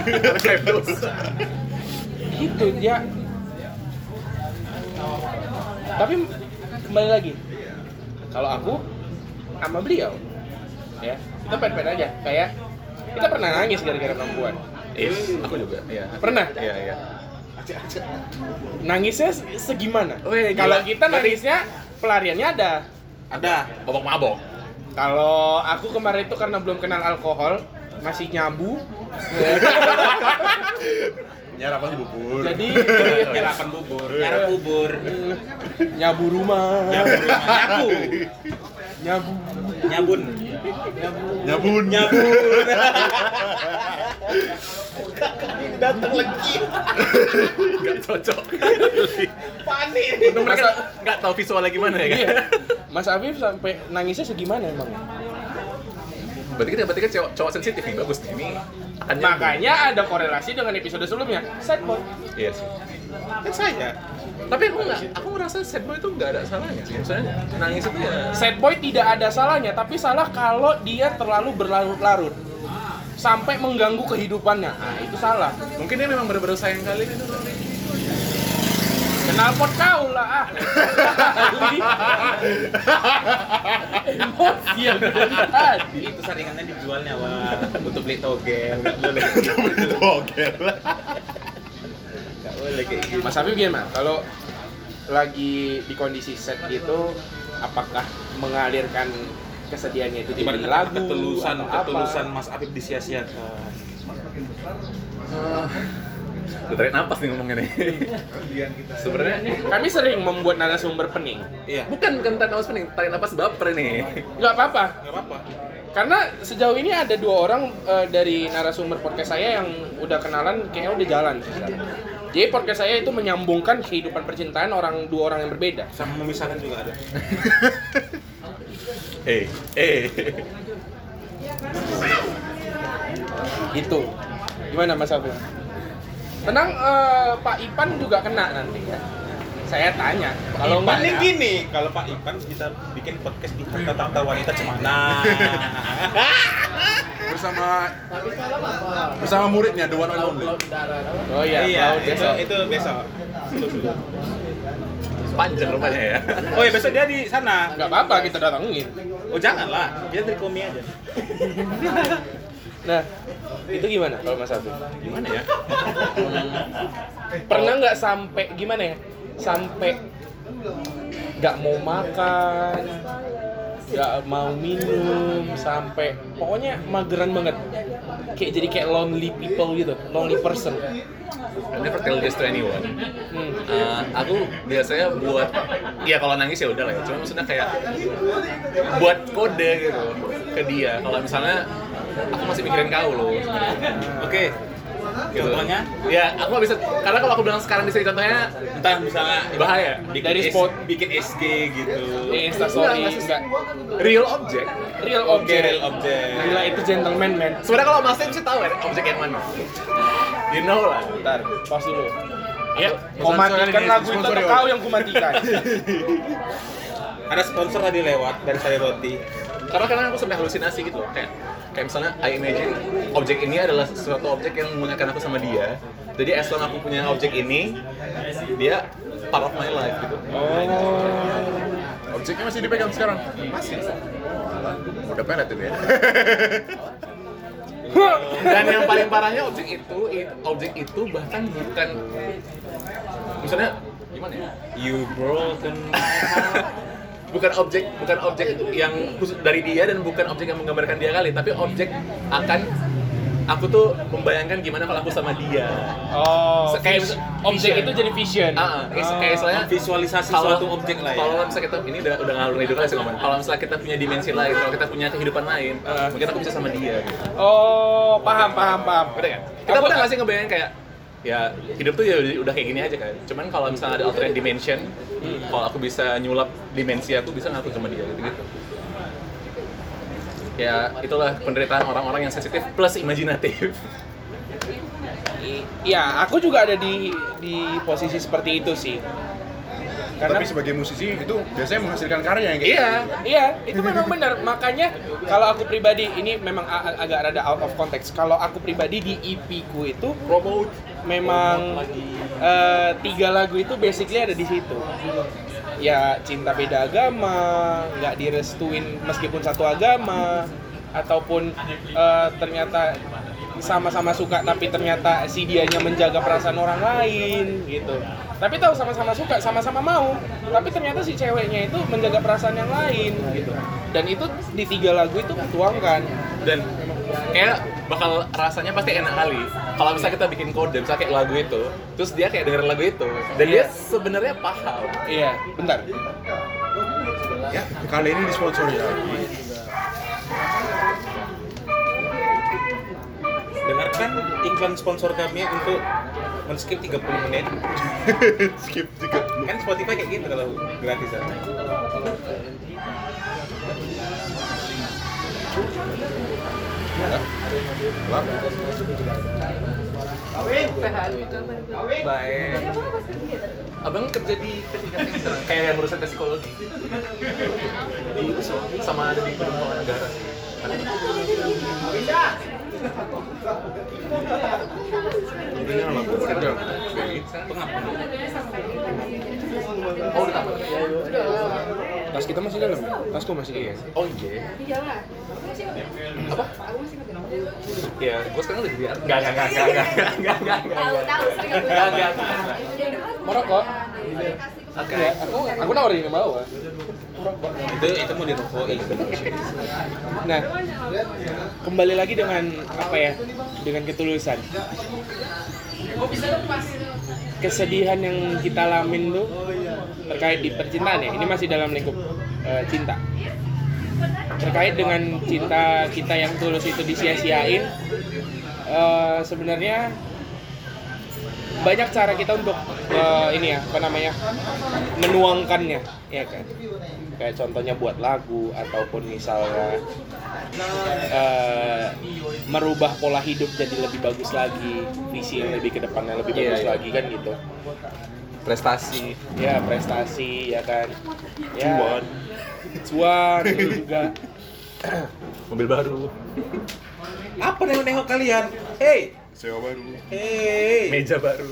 Gitu ya. Tapi kembali lagi, kalau aku sama beliau, ya kita pet-pet aja. Kayak kita pernah nangis gara-gara perempuan. Aku juga, iya. Pernah? Iya. Nangisnya segimana? Weh, gila. Kalau kita nangisnya pelariannya ada. Ada. Mabok-mabok. Kalau aku kemarin itu karena belum kenal alkohol, masih nyabu. Nyarapan bubur. Jadi Nyarapan bubur, nyarap bubur, nyabu rumah. nyabu, Nyabu. nyabun, Nyabun. nyabun. Datang lagi. Gak cocok. Panik. Untung mereka nggak tahu visualnya gimana ya kan? Iya. Mas Afif sampai nangisnya segimana emang? Berarti kan cowok sensitif nih, bagus nih. Ini akan nyambung. Makanya ada korelasi dengan episode sebelumnya. Sad boy. Iya sih. Kan saya. Tapi aku ngerasa sad boy itu nggak ada salahnya sih. Maksudnya nangis itu ya. Sad boy tidak ada salahnya, tapi salah kalau dia terlalu berlarut-larut sampai mengganggu kehidupannya. Nah, itu salah. Mungkin dia memang benar-benar sayang kali itu. Kenal pot kau lah. Emosi yang dari tadi. Itu saringannya dijualnya, Wak. Untuk beli togel, nggak boleh. Oke. Nggak boleh kayak gitu. Mas Afif gimana? Kalau lagi di kondisi sad gitu, apakah mengalirkan kesedihannya itu Ibarat jadi lagu ketulusan atau apa. Mas Apip disia-siakan. Gue tarik napas nih ngomongnya nih. Sebenarnya Kami sering membuat narasumber pening. Iya. bukan tarik napas pening, tarik napas baper nih. Nggak apa-apa. Enggak apa-apa. Karena sejauh ini ada 2 orang dari narasumber podcast saya yang udah kenalan kayaknya udah jalan sih sekarang. Jadi podcast saya itu menyambungkan kehidupan percintaan 2 orang yang berbeda. Sama memisahkan juga ada. Gitu. Gimana Mas Afif? Tenang, Pak Ipan juga kena nanti ya. Saya tanya. Kalau nggak Paling ya, gini, kalau Pak Ipan kita bikin podcast di Harta Tahta Wanita Cemana. bersama muridnya the one and only. Oh iya, Iya, Laut besok. itu besok. Panjang rupanya ya. Oh iya, besok dia di sana. Nggak apa-apa kita datengin. Oh janganlah, dia dari Komi aja. Nah, itu gimana kalau Mas Afif? Gimana ya? Pernah nggak sampai gimana ya? Sampai nggak mau makan, nggak mau minum, sampai pokoknya mageran banget. Jadi kayak lonely people gitu, lonely person. I never tell this to anyone. Aku biasanya buat, ya kalau nangis ya udah lah ya. Cuma maksudnya kayak buat kode gitu ke dia. Kalau misalnya aku masih mikirin kau loh. Oke. Gitu. Contohnya? Ya aku nggak bisa, karena kalau aku bilang sekarang di sini contohnya Entah misalnya bahaya. Dari spot. bikin SG gitu. Di Instastory enggak. Real object. Real Oke, object. real object. Gila itu gentleman man. Sebenarnya kalau Mas Tim sih tahu ya objek yang mana. You know lah. Bentar, pause dulu. Ya, Kau matikan lagu itu atau kau yang kumatikan? Ada sponsor tadi lewat dari Sari Roti. karena aku sampai halusinasi gitu loh. Kayak misalnya I imagine objek ini adalah suatu objek yang mengingatkan aku sama dia. Jadi as long aku punya objek ini, dia part of my life gitu. Objeknya masih dipegang sekarang. Masih. Udah pelet itu ya. Dan yang paling parahnya objek itu bahkan bukan, misalnya gimana ya? You broken my heart. bukan objek yang khusus dari dia dan bukan objek yang menggambarkan dia kali, tapi objek akan aku tuh membayangkan gimana kalau aku sama dia. Oh, Kayak objek vision. itu jadi vision. Kayak istilahnya Visualisasi kalau- suatu objek lah ya. Kalau misalnya kita ini udah ngalur ngidul aja sih ngomong. Kalau misalnya kita punya dimensi lain, kalau kita punya kehidupan lain, mungkin aku bisa sama dia. Gitu. Oh, paham. Bener kan? Kita pernah nggak sih ngebayangin kayak ya hidup tuh ya udah kayak gini aja kan. Cuman kalau misalnya ada alternate dimension, kalau aku bisa nyulap dimensi aku bisa ngaku sama dia gitu. Ya itulah penderitaan orang-orang yang sensitif plus imajinatif. Iya, aku juga ada di posisi seperti itu sih. Karena Tapi sebagai musisi itu biasanya menghasilkan karya yang kayak Iya, itu memang benar. Makanya kalau aku pribadi ini memang agak rada out of context. Kalau aku pribadi di EP ku itu Promote. memang 3 lagu itu basically ada di situ. Ya cinta beda agama, nggak direstuin meskipun satu agama, ataupun ternyata sama-sama suka tapi ternyata si dianya menjaga perasaan orang lain gitu. Tapi tahu sama-sama suka, sama-sama mau, tapi ternyata si ceweknya itu menjaga perasaan yang lain gitu. Dan itu di 3 lagu itu dituangkan. Dan kayak bakal rasanya pasti enak kali kalau misalnya kita bikin kode misalnya kayak lagu itu, terus dia kayak dengerin lagu itu dan dia sebenarnya paham. Iya, bentar. ya. Kali ini disponsori lagi. Dengarkan iklan sponsor kami untuk men-skip 30 menit. Skip 30. Kan Spotify kayak gitu kalau gratisan. Baik. Abang kerja di kayak yang ngurusan tes psikologi. Di sama ada di Badan Keuangan Negara. Ini nama kerja. Pengap. Oh, udah tamat. Tas kita masih dalam ya? Tasku masih iya. Oh iya. Apa? Ya, gue sekarang udah jadi artis. Enggak. Tahu sering aku Enggak. Merokok? Oke. Aku nawarin ke bawah. Itu mau dirokokin. Nah, kembali lagi dengan apa ya? Dengan ketulusan. Kesedihan yang kita alamin tuh terkait di percintaan ya. Ini masih dalam lingkup cinta. Terkait dengan cinta kita yang tulus itu disia-siain, sebenarnya banyak cara kita untuk menuangkannya, ya kan? Kayak contohnya buat lagu ataupun misalnya merubah pola hidup jadi lebih bagus lagi, visi yang lebih ke depannya lebih bagus lagi kan gitu. Prestasi. Ya, prestasi ya kan. Ya, cuan juga. Mobil baru. Apa nengok-nengok kalian? Hey, Sewa baru. hey. Meja baru.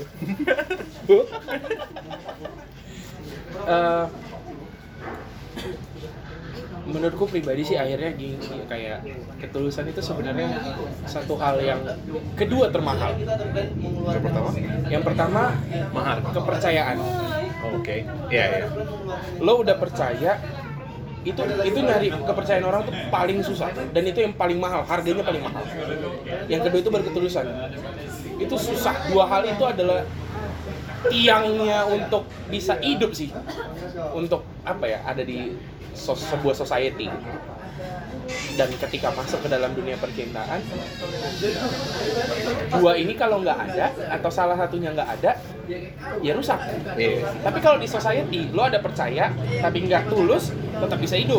Menurutku pribadi sih akhirnya gini, kayak ketulusan itu sebenarnya satu hal yang kedua termahal. Yang pertama? Yang pertama Mahal. kepercayaan. Oke. Iya. Lo udah percaya, itu nyari kepercayaan orang tuh paling susah dan itu yang paling mahal, harganya paling mahal. Yang kedua itu berketulusan. Itu susah. Dua hal itu adalah tiangnya untuk bisa hidup sih. Untuk apa ya? Ada di sebuah society. Dan ketika masuk ke dalam dunia percintaan, dua ini kalau nggak ada atau salah satunya nggak ada, ya rusak. Tapi kalau di society, lo ada percaya tapi nggak tulus, tetap bisa hidup.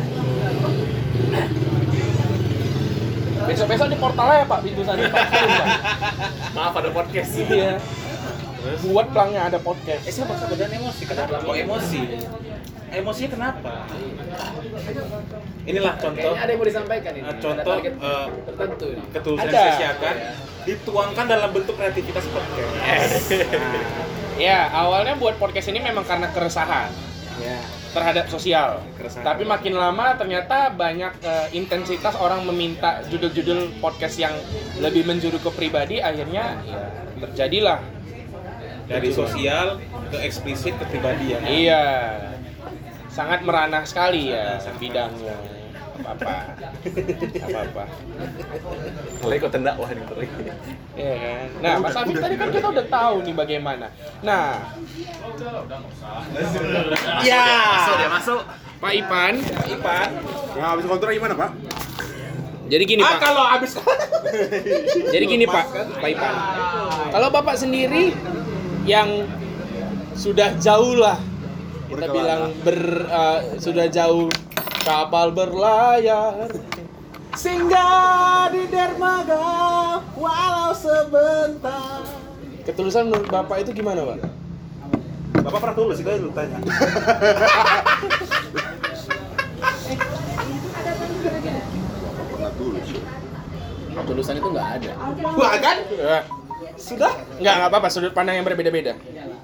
Besok-besok di portalnya ya Pak, pintu sana Pak. Maaf ada podcast. Iya. Buat pelangnya ada podcast. Siapa kemudian emosi? Kenapa kok emosi? Emosinya kenapa? Inilah contoh. Kayaknya ada yang mau disampaikan ini. Contoh Ada target tertentu ini. ketulusan Ada. sia-siakan dituangkan dalam bentuk kreativitas podcast. Ya, awalnya buat podcast ini memang karena keresahan terhadap sosial. Keresahan. Tapi makin lama ternyata banyak intensitas orang meminta judul-judul podcast yang lebih menjuru ke pribadi, akhirnya ya terjadilah Dari sosial ke eksplisit ke pribadi ya. Iya. Sangat meranah sekali ya bidangnya. Apa-apa. Mulai kok dakwah nih terus. Iya kan. Nah, Mas Afif tadi kan kita udah tahu nih bagaimana. Nah, ya. Masuk. Pak Ipan. Nah, habis kontrak gimana, Pak? Jadi gini Pak. Kalau habis Jadi gini Pak Ipan. Kalau Bapak sendiri yang sudah jauh lah, kita bilang sudah jauh kapal berlayar singgah di dermaga walau sebentar. Ketulusan menurut Bapak itu gimana Pak? Bapak pernah tulus itu lu tanya. Pernah tulus. Ketulusan itu nggak ada. Wah kan? Sudah? Nggak apa-apa, sudut pandang yang berbeda-beda.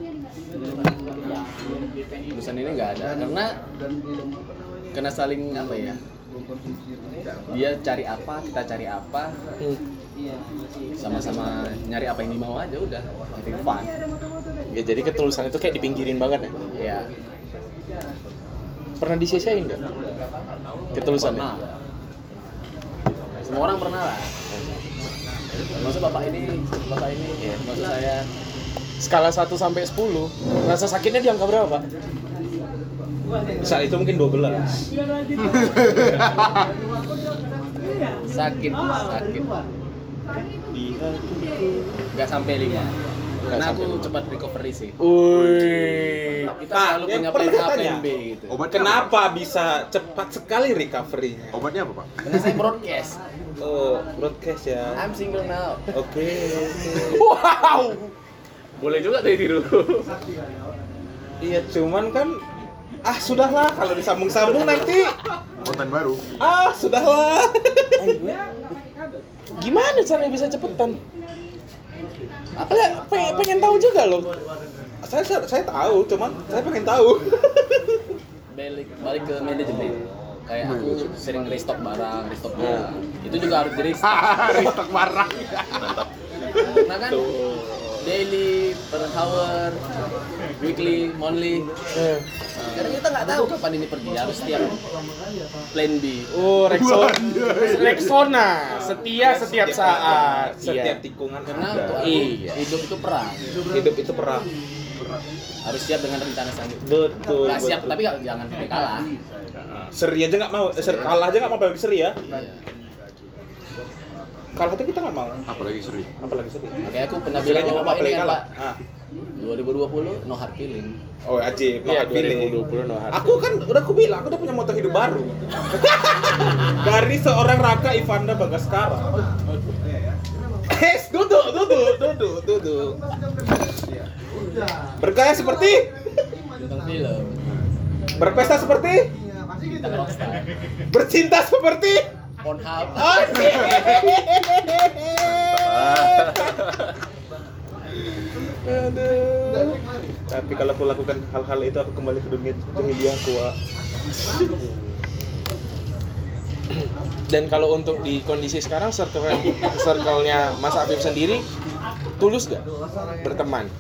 Ketulusan ini nggak ada karena saling apa ya? Dia cari apa, kita cari apa, sama-sama nyari apa yang dimau aja udah, having fun. Ya jadi ketulusan itu kayak dipinggirin banget ya? Ya, Pernah disia-siain nggak? Ketulusannya? pernah. Semua orang pernah lah. Maksud bapak ini, ya, maksud saya Skala 1 sampai 10, rasa sakitnya di angka berapa Pak? Saat itu mungkin 12. sakit. Nggak sampai 5. Karena aku cepat recovery sih. Wih. Kita selalu yang punya pernah plan A, tanya. plan B gitu. Obatnya Kenapa bisa cepat sekali recovery-nya? Apa? Obatnya apa, Pak? Karena saya broadcast. Oh, broadcast ya. I'm single now. Oke. Wow. Boleh juga dari dulu. Iya, cuman kan sudahlah kalau disambung-sambung nanti. Konten baru. Sudahlah. Gimana caranya bisa cepetan? Pengen tahu juga loh. Saya tahu, cuman saya pengen tahu. Balik ke manajemen. Kayak aku sering restock barang. Itu juga harus di restock. Restock barang. Karena kan daily per hour, weekly, monthly. Karena kita nggak tahu kapan ini pergi, harus setiap plan B. Oh, Rexona, setiap saat. Setiap tikungan kan Karena ada. untuk hidup itu perang, Hidup itu perang. harus siap dengan rencana selanjutnya. Betul. Nggak siap, betul. tapi jangan sampai kalah. Seri aja nggak mau, kalah aja nggak mau apalagi seri ya. Iya. Kalah aja kita nggak mau. Apalagi seri. Apalagi seri. Makanya aku pernah Seri bilang aja sama nggak mau Pak ini apalagi kan kalah. Pak, 2020 no hard feeling. Oh ajib, Iya, feeling. 2020 no hard. Aku kan udah aku bilang, aku udah punya moto hidup baru. Dari seorang Raka Ivanda Bagaskara. Duduk. Berkaya seperti, Tentang film, berpesta seperti, tentang rockstar, bercinta seperti. Pornhub. Aduh. Tapi kalau aku lakukan hal-hal itu, aku kembali ke dunia jahiliyahku. Wak. Dan kalau untuk di kondisi sekarang circle-nya Mas Afif sendiri tulus gak berteman?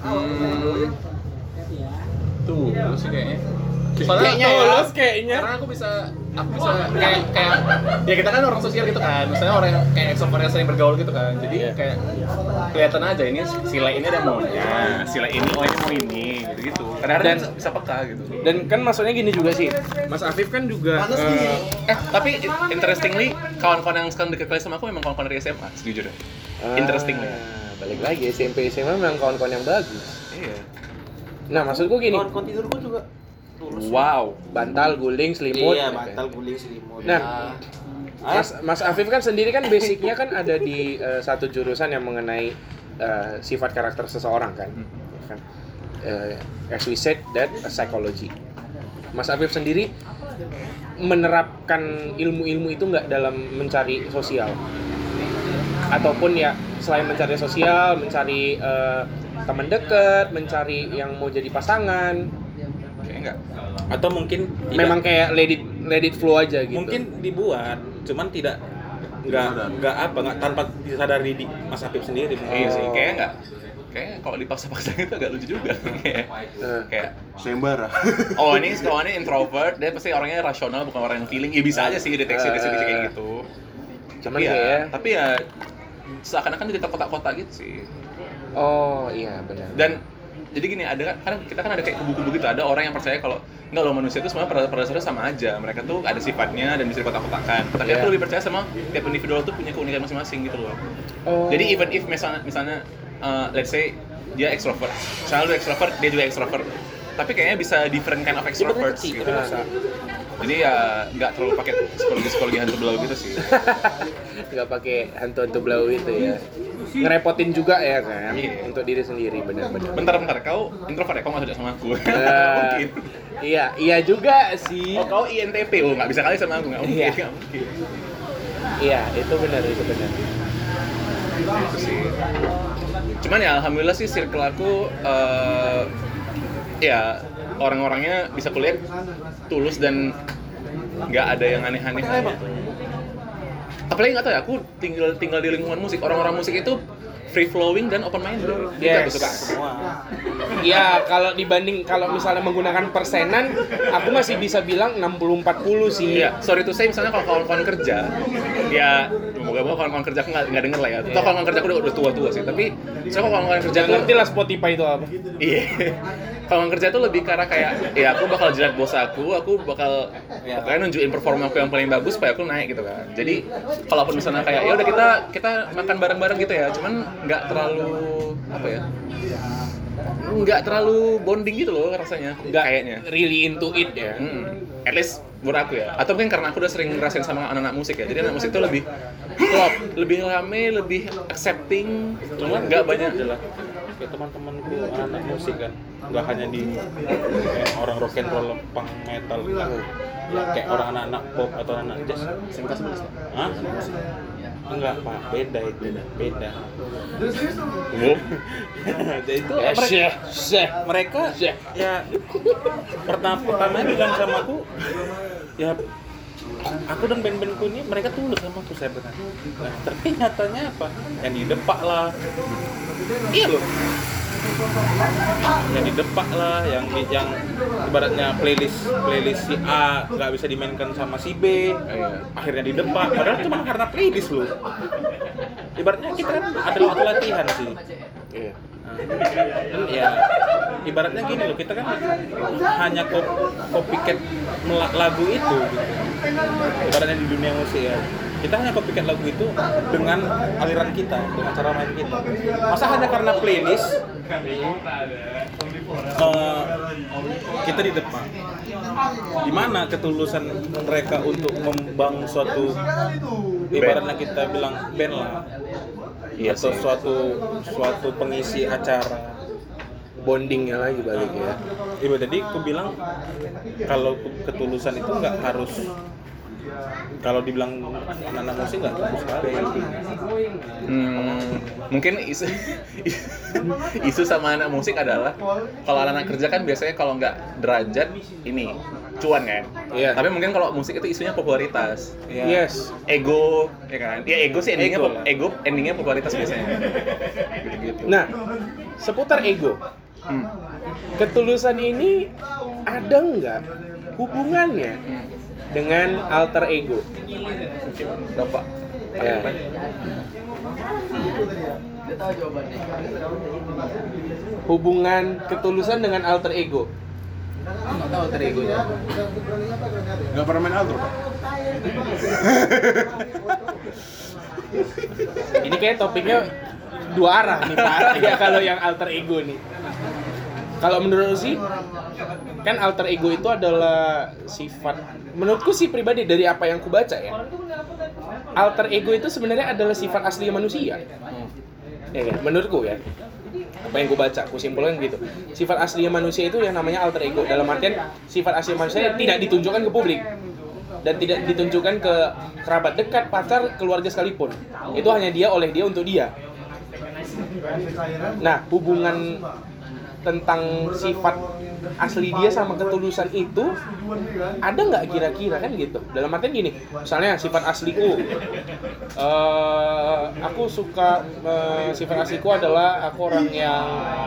Tuh, sih kayaknya. Kayaknya tulus kayaknya. Karena aku bisa kayak ya kita kan orang sosial gitu kan. Misalnya orang yang kayak extrovert yang sering bergaul gitu kan. Jadi kayak kelihatan aja ini si Le ini ada maunya, si Le ini oh ini mau ini gitu-gitu. Kadang-kadang bisa peka gitu. Dan kan maksudnya gini juga sih, Mas Afif kan juga Tapi interestingly kawan-kawan yang sekarang deket kali sama aku memang kawan-kawan dari SMA, sejujurnya. Interestingly. Balik lagi SMP SMA memang kawan-kawan yang bagus. Iya. Nah, maksudku gini, Kawan-kawan tidurku juga. wow, bantal, guling, selimut. Iya, bantal, guling, selimut. Nah, Mas Afif kan sendiri kan basicnya kan ada di satu jurusan yang mengenai sifat karakter seseorang kan. As we said that psychology. Mas Afif sendiri menerapkan ilmu-ilmu itu nggak dalam mencari sosial, ataupun ya selain mencari sosial, mencari teman dekat, mencari yang mau jadi pasangan. Kayaknya enggak. Atau mungkin tidak, Memang kayak let it flow aja gitu. mungkin dibuat, cuman nggak tanpa disadari di Mas Afif sendiri. Iya sih, kayaknya enggak. Kayaknya kalau dipaksa-paksa itu agak lucu juga. Kayak Sembara. oh ini introvert, dia pasti orangnya rasional bukan orang yang feeling. Ya bisa aja sih deteksi kayak gitu. Cuman Tapi ya seakan-akan jadi kotak-kotak gitu sih. Oh iya benar. Dan jadi gini, kita kan ada kayak kubu-kubu gitu, ada orang yang percaya kalau enggak loh manusia itu semua pada dasarnya sama aja. Mereka tuh ada sifatnya dan bisa dikotak-kotakan. Tapi aku lebih percaya sama tiap individual tuh punya keunikan masing-masing gitu loh. Jadi even if misalnya let's say dia extrovert, misalnya lu extrovert, dia juga extrovert. Tapi kayaknya bisa different kind of extroverts gitu. Jadi ya nggak terlalu pakai psikologi hantu belau gitu sih. Nggak pakai hantu-hantu blau itu ya. Ngerepotin juga ya kan, untuk diri sendiri, benar-benar. Bentar, kau introvert ya? Kau nggak suka sama aku? Mungkin. Iya juga sih. Oh, kau INTP? Oh, nggak bisa kali sama aku, nggak mungkin. Nggak mungkin. Iya, itu benar. Itu sih. Cuman ya alhamdulillah sih circle aku ya orang-orangnya bisa kulihat tulus dan nggak ada yang aneh-aneh gitu. Apalagi nggak tahu ya, aku tinggal di lingkungan musik. Orang-orang musik itu free flowing dan open minded. Yes. Aku suka. Iya, kalau misalnya menggunakan persenan, aku masih bisa bilang 60-40 sih. Iya, sorry to say misalnya kalau kawan-kawan kerja, ya moga-moga kawan-kawan kerja aku nggak denger lah ya. Atau kawan-kawan kerja aku udah tua-tua sih. Tapi soalnya kalau kawan-kawan kerja tuh Ngerti lah Spotify itu apa. iya. Kawan kerja tuh lebih ke arah kayak, ya aku bakal jilat bos aku bakal pokoknya nunjukin performa aku yang paling bagus supaya aku naik gitu kan. Jadi kalaupun misalnya kayak ya udah kita makan bareng-bareng gitu ya, cuman nggak terlalu nggak terlalu bonding gitu loh rasanya, Nggak kayaknya. really into it ya. At least menurut aku ya. Atau mungkin karena aku udah sering ngerasain sama anak-anak musik ya. Jadi anak musik tuh lebih klop, lebih rame, lebih accepting. Cuman nggak banyak. Kayak teman-temanku anak musik kan, nggak hanya di kayak orang rock and roll, punk metal, kayak orang anak-anak pop atau anak jazz. SMK 11 lah. Hah? Enggak pak, beda itu, beda. Jadi itu mereka ya pertama bilang sama aku, ya aku dan band-bandku ini mereka tulus sama aku, saya benar. Nah, tapi nyatanya apa? Yang didepak lah. Iya loh. yang didepak lah, yang ibaratnya playlist si A nggak bisa dimainkan sama si B, akhirnya didepak. Padahal cuma karena playlist loh. Ibaratnya kita kan ada waktu latihan sih. Iya. Dan ya ibaratnya gini loh, kita kan hanya copycat lagu itu gitu. Ibaratnya di dunia musik ya, kita hanya copycat lagu itu dengan aliran kita, dengan cara main kita. Masa hanya karena playlist kita di depan? Di mana ketulusan mereka untuk membangun suatu, ibaratnya kita bilang band lah, atau suatu pengisi acara, Bondingnya lagi balik ya. Iya, jadi aku bilang kalau ketulusan itu nggak harus, kalau dibilang anak-anak musik nggak tulus sekali. Mungkin isu sama anak musik adalah kalau anak kerja kan biasanya kalau nggak derajat ini cuan kan. Iya. Tapi mungkin kalau musik itu isunya popularitas. Yes. Ego, ya kan? Ya ego sih endingnya popularitas biasanya. Gitu-gitu. Nah, seputar ego. Ketulusan ini ada nggak hubungannya dengan alter ego? Bapak. Ya. Hubungan ketulusan dengan alter ego. Nggak tahu alter egonya. Nggak pernah main alter, Pak? Ini kayak topiknya dua arah nih Pak. Ya kalau yang alter ego nih. Kalau menurut sih, kan alter ego itu adalah sifat, menurutku sih pribadi dari apa yang ku baca ya, alter ego itu sebenarnya adalah sifat asli manusia. Ya kan? Menurutku ya, apa yang ku baca, ku simpulkan gitu. Sifat asli manusia itu yang namanya alter ego. Dalam artian sifat asli manusia tidak ditunjukkan ke publik dan tidak ditunjukkan ke kerabat dekat, pacar, keluarga sekalipun. Itu hanya dia oleh dia untuk dia. Nah, hubungan tentang sifat asli dia sama ketulusan itu ada nggak kira-kira kan gitu? Dalam artian gini, misalnya sifat asliku, aku suka, sifat asliku adalah aku orang yang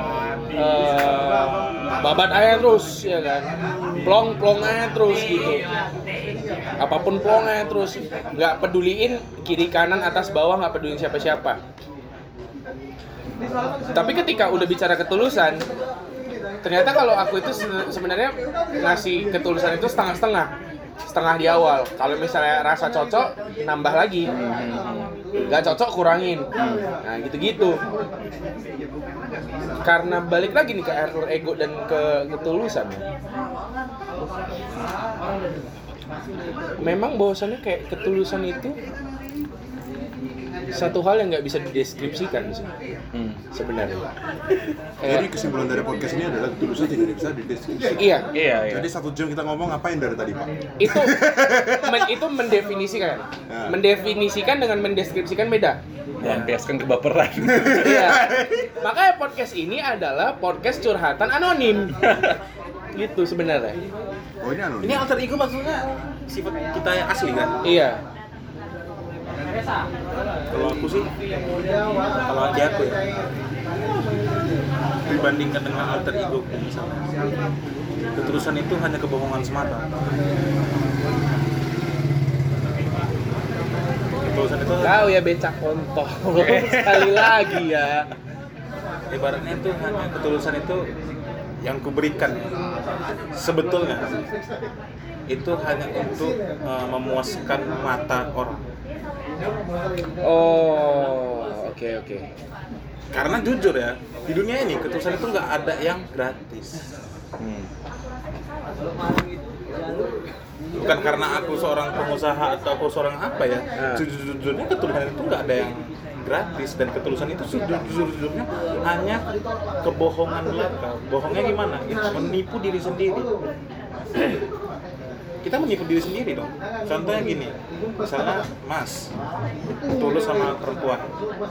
babat aja terus, ya kan, plong aja terus gitu, apapun plong aja terus, nggak peduliin kiri kanan atas bawah, nggak peduliin siapa-siapa. Tapi ketika udah bicara ketulusan, ternyata kalau aku itu sebenarnya ngasih ketulusan itu setengah di awal. Kalau misalnya rasa cocok, nambah lagi. Nggak cocok, kurangin. Nah, gitu-gitu. Karena balik lagi nih ke alter ego dan ke ketulusan. Memang bahwasannya kayak ketulusan itu satu hal yang nggak bisa dideskripsikan sih, sebenarnya. Jadi kesimpulan dari podcast ini adalah ketulusan tidak bisa dideskripsikan. Iya. Jadi 1 jam kita ngomong ngapain dari tadi, Pak? Itu mendefinisikan. Mendefinisikan dengan mendeskripsikan beda. Melampiaskan kebaperan. Iya. Makanya podcast ini adalah podcast curhatan anonim. Gitu sebenarnya. Oh, ini anonim. Ini alter ego maksudnya sifat kita yang asli kan? Iya. Kalau aku sih, kalau di aku ya, dibandingkan dengan alter ego misalnya, ketulusan itu hanya kebohongan semata. Ketulusan itu Kau ya becak kontol. Sekali lagi ya. ibaratnya itu hanya ketulusan itu yang kuberikan sebetulnya itu hanya untuk memuaskan mata orang. Oh, oke. Karena jujur ya, di dunia ini ketulusan itu nggak ada yang gratis. Bukan karena aku seorang pengusaha atau aku seorang apa ya, jujur-jujurnya ketulusan itu nggak ada yang gratis, dan ketulusan itu jujur-jujurnya hanya kebohongan belaka. Bohongnya gimana? Menipu diri sendiri. Kita menipu diri sendiri dong. Contohnya gini, misalnya Mas tulus sama perempuan,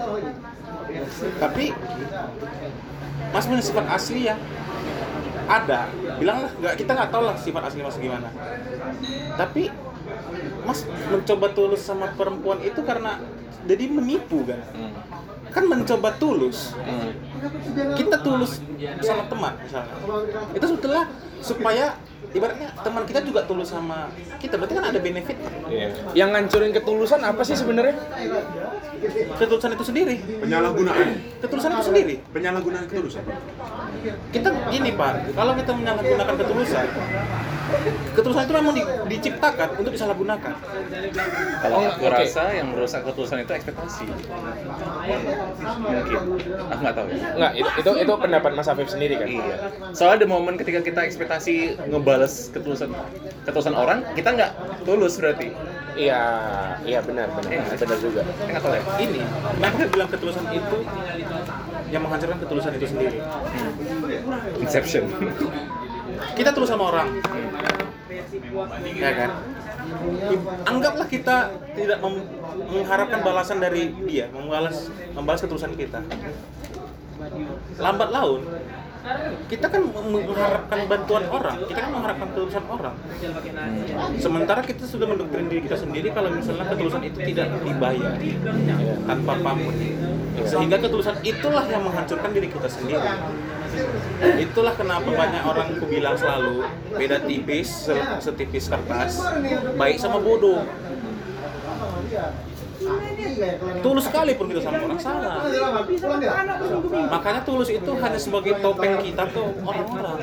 tapi Mas punya sifat asli ya ada, bilanglah kita nggak tahu lah sifat asli Mas gimana. Tapi Mas mencoba tulus sama perempuan itu karena jadi menipu kan. kan mencoba tulus. Kita tulus sama teman misalnya. Itu sebetulnya supaya ibaratnya teman kita juga tulus sama kita, berarti kan ada benefit. Yang ngancurin ketulusan apa sih sebenarnya? Ketulusan itu sendiri. Penyalahgunaan. Ketulusan itu sendiri. Penyalahgunaan ketulusan. Kita gini Pak, kalau kita menyalahgunakan ketulusan itu memang diciptakan untuk disalahgunakan. Kalau Oh, aku oke. rasa yang merusak ketulusan itu ekspektasi. Mungkin. Aku nggak tahu ya. Nggak, itu pendapat Mas Afif sendiri kan? Iya. Soalnya ada momen ketika kita ekspektasi ngebales ketulusan orang, kita nggak tulus berarti. Iya benar juga. Nggak tahu ya. Ini, kenapa kita bilang ketulusan itu yang menghancurkan ketulusan itu sendiri? Inception. Kita tulus sama orang, ya kan? Anggaplah kita tidak mengharapkan balasan dari dia, membalas ketulusan kita. Lambat laun, kita kan mengharapkan bantuan orang, kita kan mengharapkan ketulusan orang. Sementara kita sudah mendoktrin diri kita sendiri kalau misalnya ketulusan itu tidak dibayar tanpa pamrih, sehingga ketulusan itulah yang menghancurkan diri kita sendiri. Itulah kenapa banyak orang ku bilang selalu beda tipis, setipis kertas, baik sama bodoh. Tulus sekali pun kita sama orang salah. Makanya tulus itu hanya sebagai topeng kita ke orang-orang.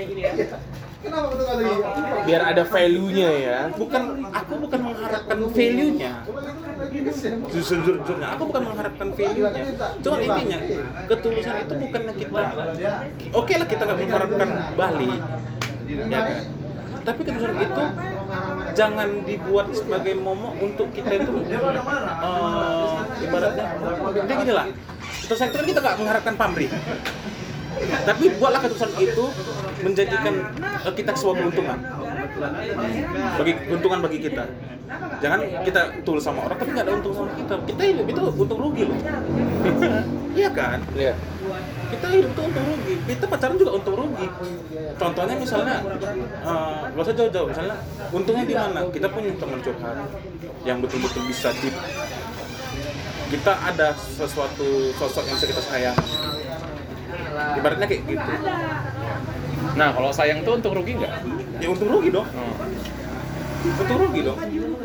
Biar ada value-nya ya. Aku bukan mengharapkan value-nya. Sejujurnya aku bukan mengharapkan value-nya. Cuma intinya ketulusan itu bukannya kita. Oke lah kita nggak mengharapkan Bali, ya kan? Tapi ketulusan itu jangan dibuat sebagai momok untuk kita itu ibaratnya. Jadi gini lah. Ketulusan itu kan kita nggak mengharapkan pamrih. Tapi buatlah ketulusan itu menjadikan kita sebuah keuntungan. Keuntungan bagi kita. Jangan kita tulus sama orang tapi nggak ada untung sama kita. Kita hidup itu untung rugi loh. Iya kan? Iya. Kita hidup itu untung rugi. Kita pacaran juga untung rugi. Contohnya misalnya, nggak usah jauh-jauh. Misalnya, untungnya di mana? Kita punya teman curhat yang betul-betul bisa kita ada sesuatu sosok yang bisa kita sayang. Ibaratnya kayak gitu. Nah, kalau sayang tuh untung rugi nggak? Ya untung rugi dong. Untung rugi dong.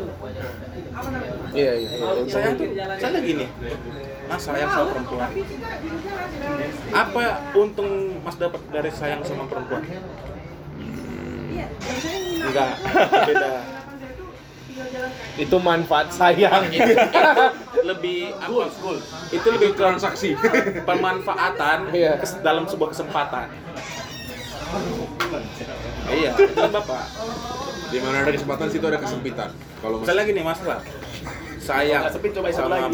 Iya. Saya gini. Mas sayang sama perempuan. Apa untung Mas dapat dari sayang sama perempuan? Enggak, beda. Itu manfaat sayang. Lebih apa? Itu lebih transaksi. Pemanfaatan Iya. dalam sebuah kesempatan. Iya, itu Bapak. Di mana ada kesempatan situ ada kesempitan. Kalau Misalnya gini Mas lah. Sayang sama perempuan.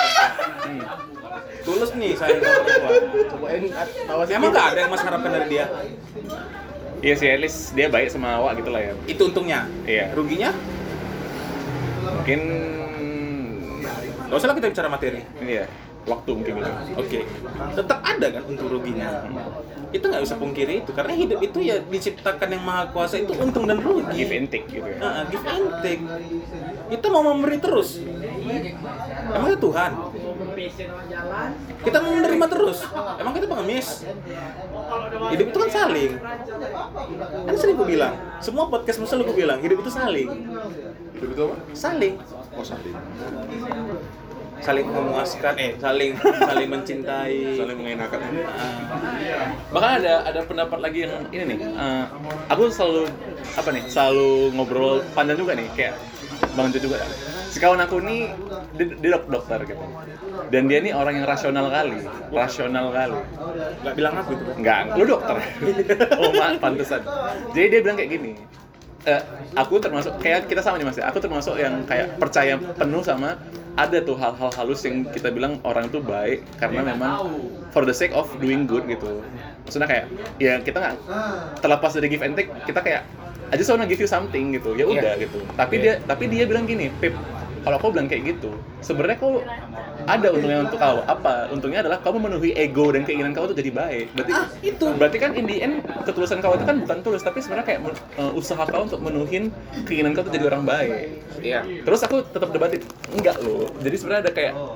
Tulus nih sayang sama perempuan. Emang nggak ada yang Mas harapkan dari dia? Iya sih, at least dia baik sama awak gitu lah ya. Itu untungnya. Iya. Ruginya? Mungkin Nggak usah lah kita bicara materi. ini ya, waktu mungkin gitu. Oke. Tetap ada kan untung ruginya. Kita nggak bisa pungkiri itu karena hidup itu ya diciptakan yang maha kuasa itu untung dan rugi. Give and take gitu ya. Give and take. Kita mau memberi terus. Emang itu Tuhan? Kita mau menerima terus. Emang kita pengemis? Hidup itu kan saling. Kan sering gue bilang. Semua podcast selalu gue bilang hidup itu saling. Hidup itu apa? Saling. Oh, saling. Saling memuaskan, saling mencintai. Saling mengenakan. Bahkan ada pendapat lagi yang ini nih. Aku selalu ngobrol panjang juga nih, kayak Bang Jo juga kan. Si kawan aku nih dia dokter gitu. Dan dia nih orang yang rasional kali. Gak bilang aku itu kan? Enggak, lu dokter. Oh, pantesan. Jadi dia bilang kayak gini. Aku termasuk kayak kita sama nih Mas ya. Aku termasuk yang kayak percaya penuh sama ada tuh hal-hal halus yang kita bilang orang itu baik karena memang for the sake of doing good gitu. Maksudnya kayak ya kita nggak terlepas dari give and take, kita kayak I just wanna give you something gitu. Ya udah gitu. Tapi dia bilang gini, Pip, kalau kau bilang kayak gitu, sebenarnya kau ada untungnya untuk kau. Apa? Untungnya adalah kau memenuhi ego dan keinginan kau untuk jadi baik. Berarti kan in the end ketulusan kau itu kan bukan tulus, tapi sebenarnya kayak usaha kau untuk menuhin keinginan kau untuk jadi orang baik. Iya. Terus aku tetap debatin, enggak loh. Jadi sebenarnya ada kayak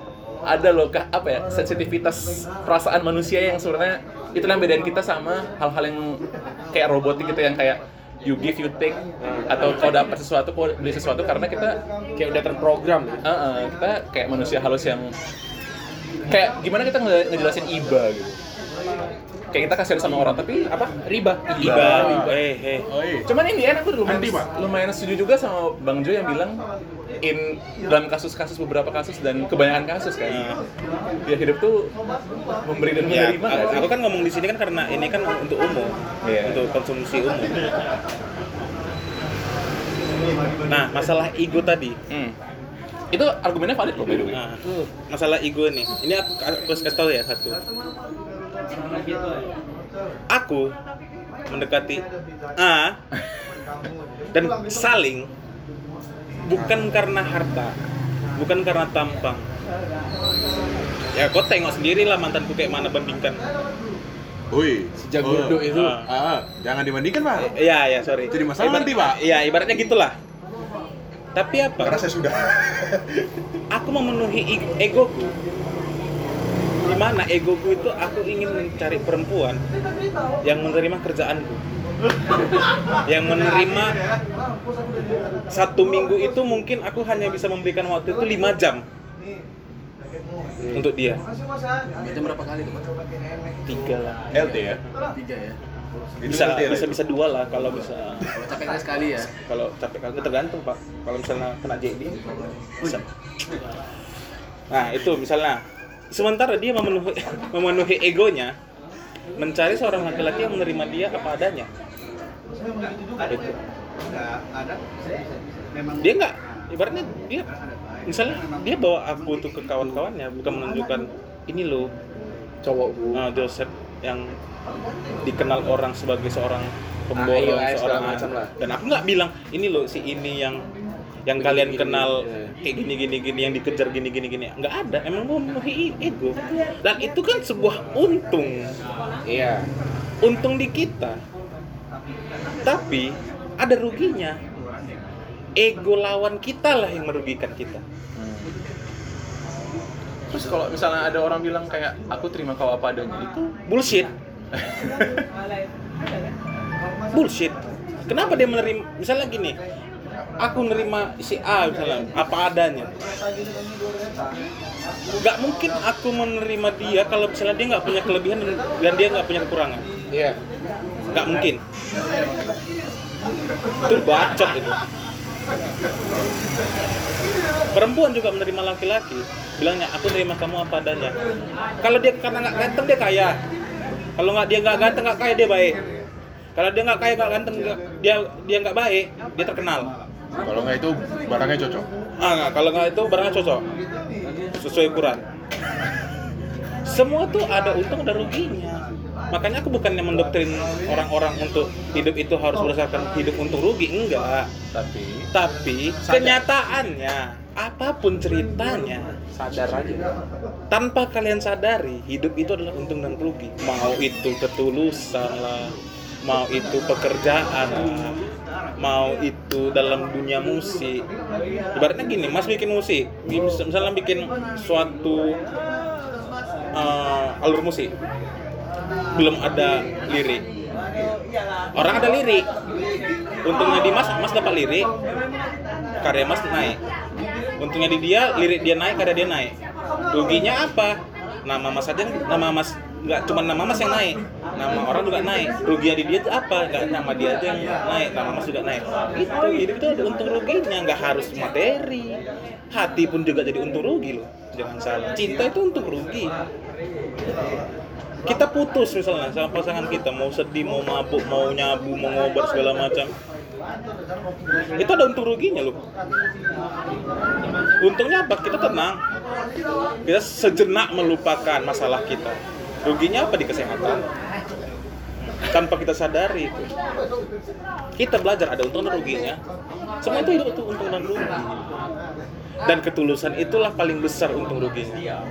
ada loh apa ya, sensitivitas perasaan manusia yang sebenarnya itu yang bedain kita sama hal-hal yang kayak robotik gitu, yang kayak you give you take, atau kau dapat sesuatu, kau beli sesuatu, karena kita Kayak udah terprogram. kita kayak manusia halus yang kayak gimana kita ngejelasin iba gitu. Kayak kita kasihan sama orang tapi apa? Riba. Cuman ini aku lumayan setuju juga sama Bang Jo yang bilang dalam kasus-kasus, beberapa kasus dan kebanyakan kasus kan. Dia hidup tuh memberi dan Ya, menerima nggak sih? aku kan ngomong di sini kan karena ini kan untuk umum, untuk konsumsi umum. Nah, masalah ego tadi. Itu argumennya valid loh by the way. Nah, masalah ego nih. Ini aku kasih tahu ya satu. Aku mendekati A dan saling bukan karena harta, bukan karena tampang. Ya kau tengok sendiri lah mantanku kayak mana, bandingkan. Woi, Sejak gurdu itu. jangan dibandingkan, Pak. Iya, sorry. Jadi masalah nanti, Pak. Iya, ibaratnya gitulah. Tapi apa? Karena saya sudah. Aku memenuhi egoku. Di mana egoku itu aku ingin mencari perempuan yang menerima kerjaanku. Yang menerima 1 minggu itu mungkin aku hanya bisa memberikan waktu itu 5 jam untuk dia. Itu berapa kali tuh, Mas? 3 lah. LT ya. 3 ya. Bisa 2 lah kalau bisa. Kalau capek kali sekali ya. Kalau capek kali tergantung, Pak. Kalau misalnya kena JD bisa. Nah, itu misalnya. Sementara dia memenuhi egonya, mencari seorang laki-laki yang menerima dia apa adanya. Itu. Dia nggak, ibaratnya dia, misalnya dia bawa aku tuh ke kawan-kawannya, bukan menunjukkan ini loh Cowokku. Joseph yang dikenal orang sebagai seorang pemborong, iya, seorang macam lah. dan aku nggak bilang ini loh si ini yang kalian kenal kayak gini yang dikejar gini nggak ada, emang memenuhi ego, dan itu kan sebuah untung. Iya. Untung di kita, tapi ada ruginya. Ego lawan kita lah yang merugikan kita. Terus kalau misalnya ada orang bilang kayak aku terima kau apa adanya, itu Bullshit. Bullshit. Kenapa dia menerima, misalnya gini, aku nerima si A misalnya apa adanya. Gak mungkin aku menerima dia kalau misalnya dia nggak punya kelebihan dan dia nggak punya kekurangan. Iya. Nggak mungkin. Itu bacot itu. Perempuan juga menerima laki-laki, bilangnya aku nerima kamu apa adanya. Kalau dia karena nggak ganteng dia kaya. Kalau dia nggak ganteng nggak kaya dia baik. Kalau dia nggak kaya nggak ganteng dia nggak baik, dia terkenal. Kalau nggak itu barangnya cocok. Kalau nggak itu barangnya cocok sesuai ukuran. Semua tuh ada untung ada ruginya. Makanya aku bukannya mendoktrin orang-orang untuk hidup itu harus berdasarkan hidup untung rugi, enggak. Tapi kenyataannya, apapun ceritanya, Sadar aja. tanpa kalian sadari, hidup itu adalah untung dan rugi. Mau itu ketulusan lah, mau itu pekerjaan lah, mau itu dalam dunia musik. Ibaratnya gini, Mas bikin musik, misalnya bikin suatu alur musik, belum ada lirik. Orang ada lirik. Untungnya di Mas dapat lirik, karya Mas naik. Untungnya di dia, lirik dia naik, karya dia naik. Ruginya apa? Nama Mas aja, nama Mas nggak cuma nama Mas yang naik, nama orang juga naik. Ruginya di dia itu apa? Nggak nama dia aja yang naik, nama Mas juga naik. Itu hidup itu ada untung ruginya, nggak harus materi. Hati pun juga jadi untung rugi loh. Jangan salah. Cinta itu untung rugi. Kita putus misalnya sama pasangan kita, mau sedih, mau mabuk, mau nyabu, mau ngobat segala macam. Itu ada untung ruginya loh. Untungnya apa? Kita tenang. Kita sejenak melupakan masalah kita. Ruginya apa? Di kesehatan. Tanpa kita sadari itu. Kita belajar ada untung dan ruginya. Semua itu hidup itu untung dan rugi. Dan ketulusan itulah paling besar untung ruginya.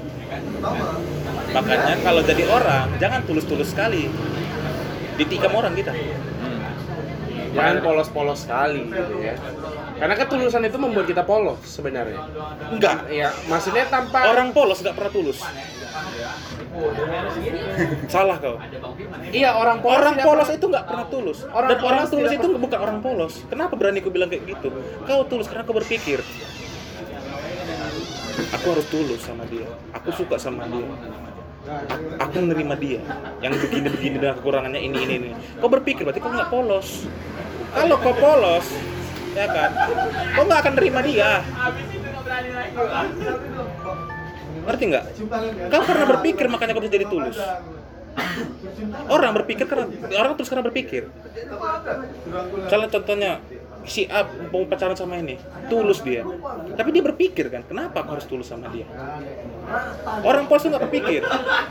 Makanya kalau jadi orang, jangan tulus-tulus sekali. Ditikam orang kita. Jangan polos-polos sekali gitu ya. Karena ketulusan itu membuat kita polos sebenarnya. Enggak. Ya, maksudnya tanpa Orang polos nggak pernah tulus. Salah kau. Iya, orang polos. Orang tidak polos pernah- itu nggak pernah tulus. Orang Dan orang polos tulus tidak itu bukan orang polos. Kenapa berani aku bilang kayak gitu? Kau tulus karena kau berpikir. Aku harus tulus sama dia. Aku suka sama dia. Aku menerima dia. Yang begini-begini dengan kekurangannya ini. Kau berpikir berarti kau nggak polos. Kalau kau polos, ya kan? Kau nggak akan nerima dia. Ngerti nggak? Kau karena berpikir makanya kau bisa jadi tulus. Orang tulus karena berpikir. Misalnya contohnya si A mau pacaran sama ini, tulus dia. Tapi dia berpikir kan, kenapa aku harus tulus sama dia? Orang polos itu nggak berpikir.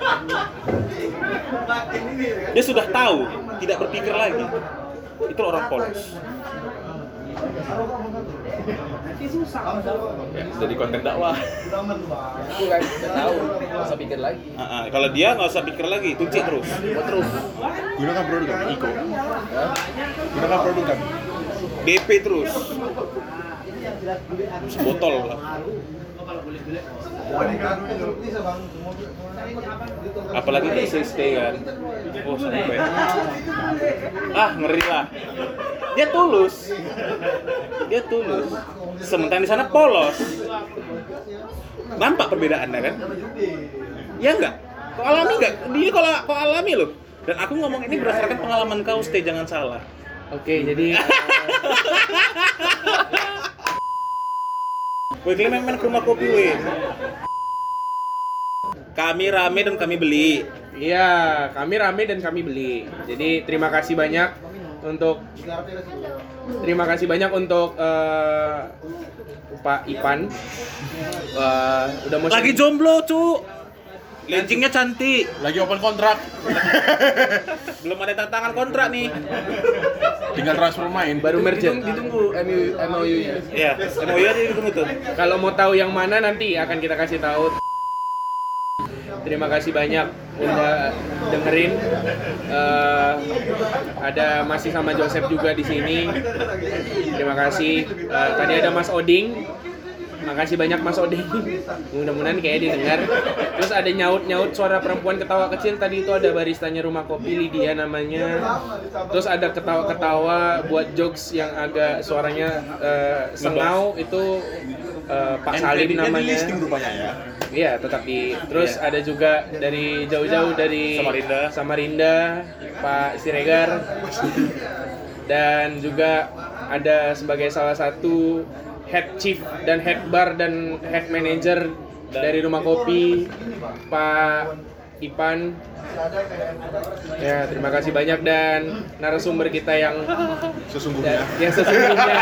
Dia sudah tahu, tidak berpikir lagi. Itu orang polos. Ya, jadi konten dakwah. Aku kan udah tahu, nggak usah pikir lagi. Kalau dia nggak usah pikir lagi, kunci terus. Terus Gunakan produk kami. Gunakan produk kami. DP terus. Sebotol lah. Apalagi di SST kan. Oh sampai. Ngeri lah. Dia tulus. Sementara di sana polos. Nampak perbedaannya kan? Ya enggak? Kau alami enggak? Ini kalau kau alami loh. Dan aku ngomong ini berdasarkan pengalaman kau, Stay, jangan salah. Oke, jadi Woi, kalian main ke rumah kopi, woi. Kami rame dan kami beli. iya, kami rame dan kami beli. Jadi terima kasih banyak untuk Pak Ipan. Udah mau Lagi jomblo, cu. Lencingnya cantik. Lagi open kontrak, Belum ada tantangan kontrak nih. tinggal transfer main. baru merchant. ditunggu MOU-nya. Iya, MOU aja ditunggu tuh. Kalau mau tahu yang mana nanti akan kita kasih tahu. Terima kasih banyak udah dengerin. Ada masih sama Joseph juga di sini. Terima kasih. Tadi ada Mas Oding. Makasih banyak Mas Oding. Mudah-mudahan kayak didengar. Terus ada nyaut-nyaut suara perempuan ketawa kecil. Tadi itu ada baristanya rumah kopi, Lydia namanya. Terus ada ketawa-ketawa buat jokes yang agak suaranya sengau. Itu Pak Salim namanya. Listing rupanya ya. Iya, tetap di. Terus ada juga dari jauh-jauh dari Samarinda, Pak Siregar. Dan juga ada sebagai salah satu head chief dan head bar dan head manager dari rumah kopi, Pak Ipan. Ya, terima kasih banyak dan narasumber kita yang Sesungguhnya. yang sesungguhnya.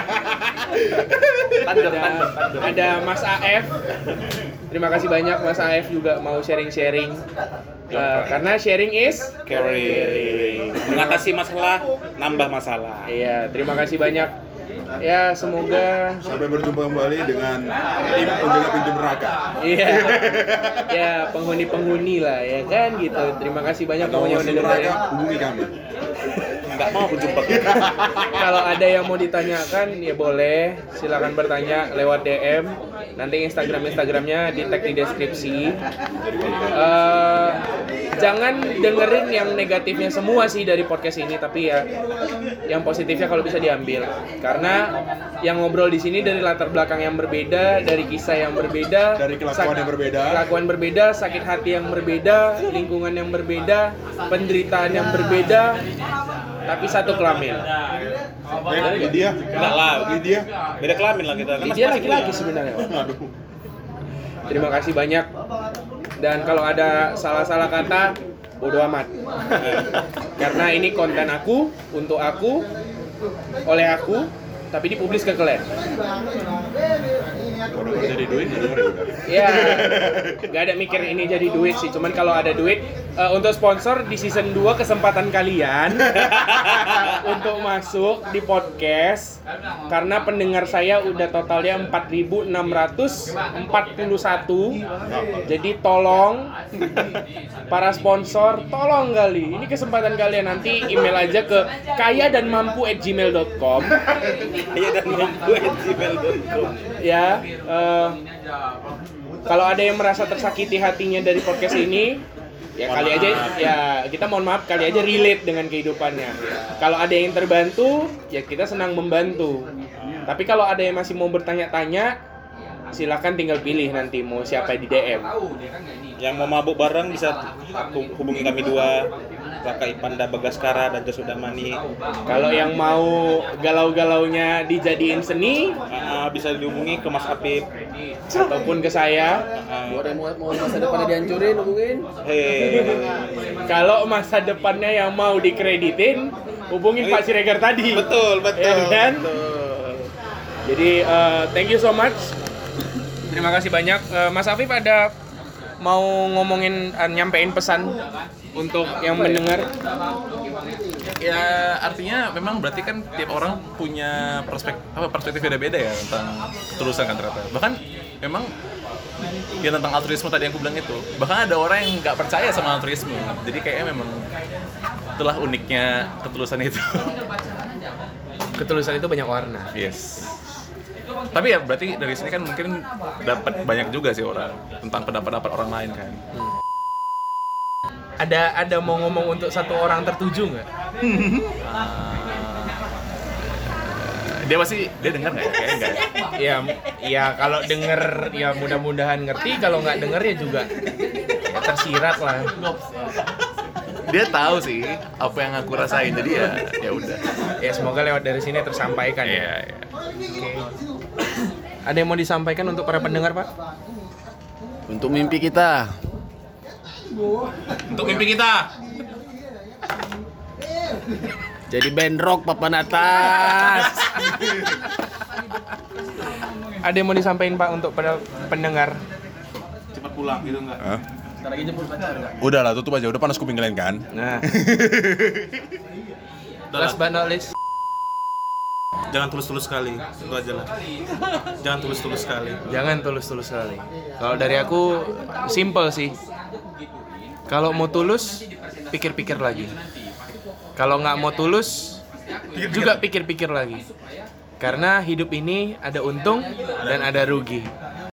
Ada Mas AF. Terima kasih banyak Mas AF juga mau sharing-sharing. Karena sharing is Caring. Mengatasi masalah, nambah masalah. Iya, terima kasih banyak. Ya, semoga Sampai berjumpa kembali dengan tim penjaga pintu neraka. iya. Ya, penghuni-penghuni lah ya kan gitu. Terima kasih banyak Kalau pokoknya masih udah dengerin. neraka, hubungi kami. Nggak mau aku jumpa. Kalau ada yang mau ditanyakan ya boleh, silakan bertanya lewat DM. Nanti Instagramnya di tag di deskripsi. Jangan dengerin yang negatifnya semua sih dari podcast ini, tapi ya yang positifnya kalau bisa diambil. Karena yang ngobrol di sini dari latar belakang yang berbeda, dari kisah yang berbeda, Dari kelakuan yang berbeda. kelakuan berbeda, sakit hati yang berbeda, lingkungan yang berbeda, penderitaan yang berbeda, tapi satu kelamin. Lydia. Enggak lah, Lydia. beda kelamin lah kita. Kan Dia masing-masing laki-laki punya. sebenarnya. Aduh. Terima kasih banyak. Dan kalau ada salah-salah kata, bodo amat. Karena ini konten aku, untuk aku, oleh aku, tapi dipublis ke kalian. Jadi duit ya udah. Ya, nggak ada mikir ini jadi duit sih. Cuman kalau ada duit, untuk sponsor di season 2 kesempatan kalian untuk masuk di podcast. Karena pendengar saya udah totalnya 4.641. Jadi tolong para sponsor, tolong kali. Ini kesempatan kalian, nanti email aja ke kayadanmampu@gmail.com. kayadanmampu@gmail.com. Ya, kalau ada yang merasa tersakiti hatinya dari podcast ini, ya kali aja, ya kita mohon maaf, kali aja relate dengan kehidupannya. Kalau ada yang terbantu, ya kita senang membantu. Tapi kalau ada yang masih mau bertanya-tanya, silakan tinggal pilih nanti mau siapa di DM. Yang mau mabuk bareng bisa hubungi kami dua, Kakak Ipanda Bagaskara dan Joshua Damani. Kalau yang mau galau-galaunya dijadiin seni, Bisa dihubungi ke Mas Apip ataupun ke saya. Mau masa depannya dihancurin, hubungin. Kalau masa depannya yang mau dikreditin, hubungin Pak Siregar tadi. Betul. Ya kan? Jadi thank you so much. Terima kasih banyak. Mas Afif ada mau ngomongin, nyampein pesan untuk yang mendengar? Ya artinya memang berarti kan tiap orang punya perspektif beda-beda ya tentang ketulusan kan ternyata. Bahkan memang ya tentang altruisme tadi yang aku bilang itu. Bahkan ada orang yang nggak percaya sama altruisme. Jadi kayaknya memang itulah uniknya ketulusan itu. Ketulusan itu banyak warna. Yes. Tapi ya berarti dari sini kan mungkin dapat banyak juga sih orang tentang pendapat orang lain kan. Ada mau ngomong untuk satu orang tertuju nggak? Dia dengar nggak ya? Kayaknya nggak ya. Ya kalau denger ya mudah-mudahan ngerti. Kalau nggak denger ya juga ya tersirat lah. Dia tahu sih apa yang aku rasain, jadi ya udah. Ya semoga lewat dari sini tersampaikan. Iya. Oke. Ada yang mau disampaikan untuk para pendengar, Pak? Untuk mimpi kita. Untuk mimpi kita. Jadi band rock papan atas. Ada yang mau disampaikan, Pak, untuk para pendengar? Cepat pulang gitu enggak? Udah lah, tutup aja. Udah panas kuping kalian kan? Nah. Last but not least. Jangan tulus-tulus sekali, itu aja lah. Jangan tulus-tulus sekali. Jangan tulus-tulus sekali. Kalau dari aku simple sih. Kalau mau tulus, pikir-pikir lagi. Kalau nggak mau tulus, juga pikir-pikir lagi. Karena hidup ini ada untung dan ada rugi.